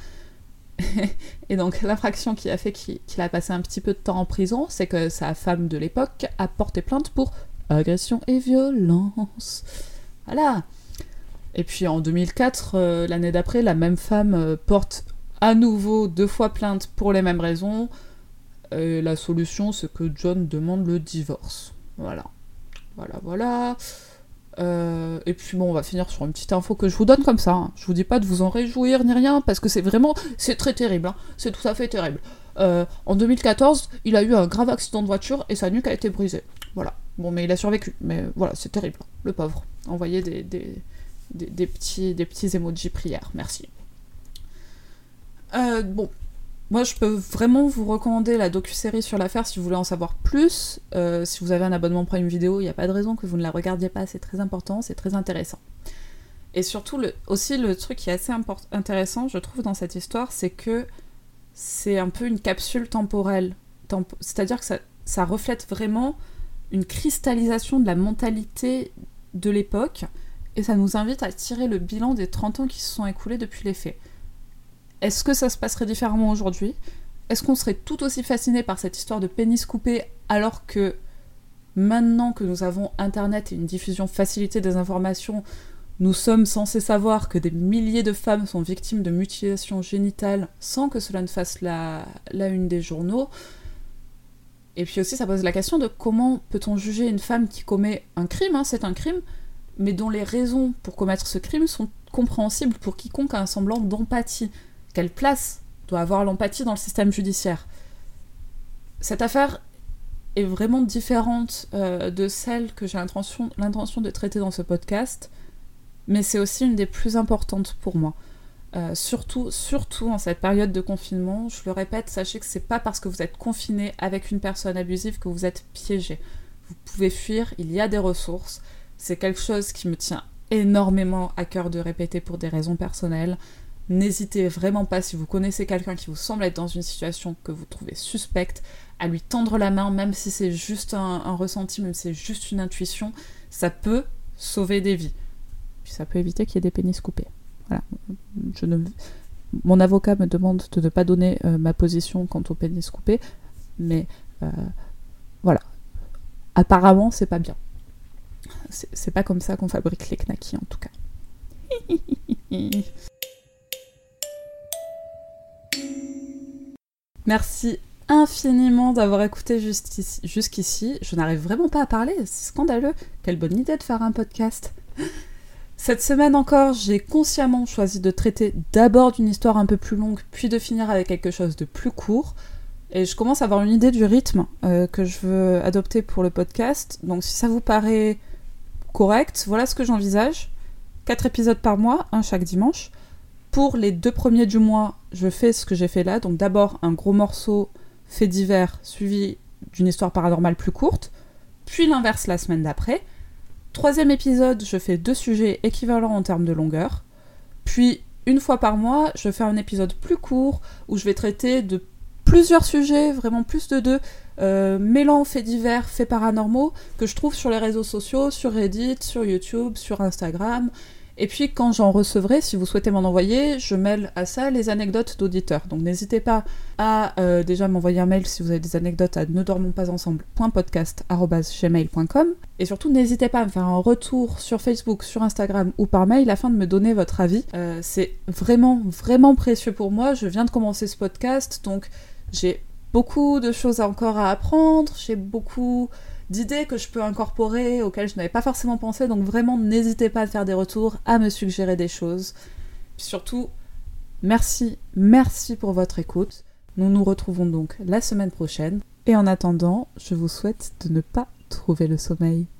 Et donc l'infraction qui a fait qu'il a passé un petit peu de temps en prison, c'est que sa femme de l'époque a porté plainte pour agression et violence. Voilà. Et puis en 2004, l'année d'après, la même femme porte à nouveau 2 fois plainte pour les mêmes raisons. Et la solution, c'est que John demande le divorce. Voilà. Et puis bon, on va finir sur une petite info que je vous donne comme ça. Hein. Je vous dis pas de vous en réjouir ni rien, parce que c'est très terrible. Hein. C'est tout à fait terrible. En 2014, il a eu un grave accident de voiture et sa nuque a été brisée. Voilà. Bon, mais il a survécu. Mais voilà, c'est terrible. Le pauvre. Envoyez des petits emojis prières. Merci. Bon. Moi, je peux vraiment vous recommander la docu-série sur l'affaire si vous voulez en savoir plus. Si vous avez un abonnement Prime Video, il n'y a pas de raison que vous ne la regardiez pas, c'est très important, c'est très intéressant. Et surtout, aussi, le truc qui est assez intéressant, je trouve, dans cette histoire, c'est que c'est un peu une capsule temporelle. C'est-à-dire que ça reflète vraiment une cristallisation de la mentalité de l'époque, et ça nous invite à tirer le bilan des 30 ans qui se sont écoulés depuis les faits. Est-ce que ça se passerait différemment aujourd'hui ? Est-ce qu'on serait tout aussi fasciné par cette histoire de pénis coupé, alors que maintenant que nous avons Internet et une diffusion facilitée des informations, Nous sommes censés savoir que des milliers de femmes sont victimes de mutilations génitales sans que cela ne fasse la une des journaux. Et puis aussi, ça pose la question de comment peut-on juger une femme qui commet un crime, c'est un crime, mais dont les raisons pour commettre ce crime sont compréhensibles pour quiconque a un semblant d'empathie. Quelle place doit avoir l'empathie dans le système judiciaire ? Cette affaire est vraiment différente de celle que j'ai l'intention de traiter dans ce podcast, mais c'est aussi une des plus importantes pour moi. Surtout en cette période de confinement, je le répète, sachez que c'est pas parce que vous êtes confiné avec une personne abusive que vous êtes piégé. Vous pouvez fuir, il y a des ressources. C'est quelque chose qui me tient énormément à cœur de répéter pour des raisons personnelles. N'hésitez vraiment pas, si vous connaissez quelqu'un qui vous semble être dans une situation que vous trouvez suspecte, à lui tendre la main, même si c'est juste un ressenti, même si c'est juste une intuition, ça peut sauver des vies. Puis ça peut éviter qu'il y ait des pénis coupés. Voilà. Mon avocat me demande de ne pas donner ma position quant au pénis coupé, mais voilà. Apparemment, c'est pas bien. C'est pas comme ça qu'on fabrique les knackis, en tout cas. Merci infiniment d'avoir écouté jusqu'ici. Je n'arrive vraiment pas à parler, c'est scandaleux. Quelle bonne idée de faire un podcast. Cette semaine encore, j'ai consciemment choisi de traiter d'abord d'une histoire un peu plus longue, puis de finir avec quelque chose de plus court. Et je commence à avoir une idée du rythme que je veux adopter pour le podcast. Donc si ça vous paraît correct, voilà ce que j'envisage. 4 épisodes par mois, un chaque dimanche. Pour les 2 premiers du mois, je fais ce que j'ai fait là. Donc d'abord un gros morceau fait divers suivi d'une histoire paranormale plus courte. Puis l'inverse la semaine d'après. 3e épisode, je fais 2 sujets équivalents en termes de longueur. Puis, une fois par mois, je fais un épisode plus court où je vais traiter de plusieurs sujets, vraiment plus de 2, mêlant faits divers, faits paranormaux, que je trouve sur les réseaux sociaux, sur Reddit, sur YouTube, sur Instagram. Et puis, quand j'en recevrai, si vous souhaitez m'en envoyer, je mêle à ça les anecdotes d'auditeurs. Donc n'hésitez pas à déjà m'envoyer un mail si vous avez des anecdotes à nedormonpasensemble.podcast@gmail.com. Et surtout, n'hésitez pas à me faire un retour sur Facebook, sur Instagram ou par mail afin de me donner votre avis. C'est vraiment, vraiment précieux pour moi. Je viens de commencer ce podcast, donc j'ai beaucoup de choses encore à apprendre, j'ai beaucoup d'idées que je peux incorporer, auxquelles je n'avais pas forcément pensé, donc vraiment n'hésitez pas à faire des retours, à me suggérer des choses. Puis surtout, merci pour votre écoute. Nous nous retrouvons donc la semaine prochaine, et en attendant, je vous souhaite de ne pas trouver le sommeil.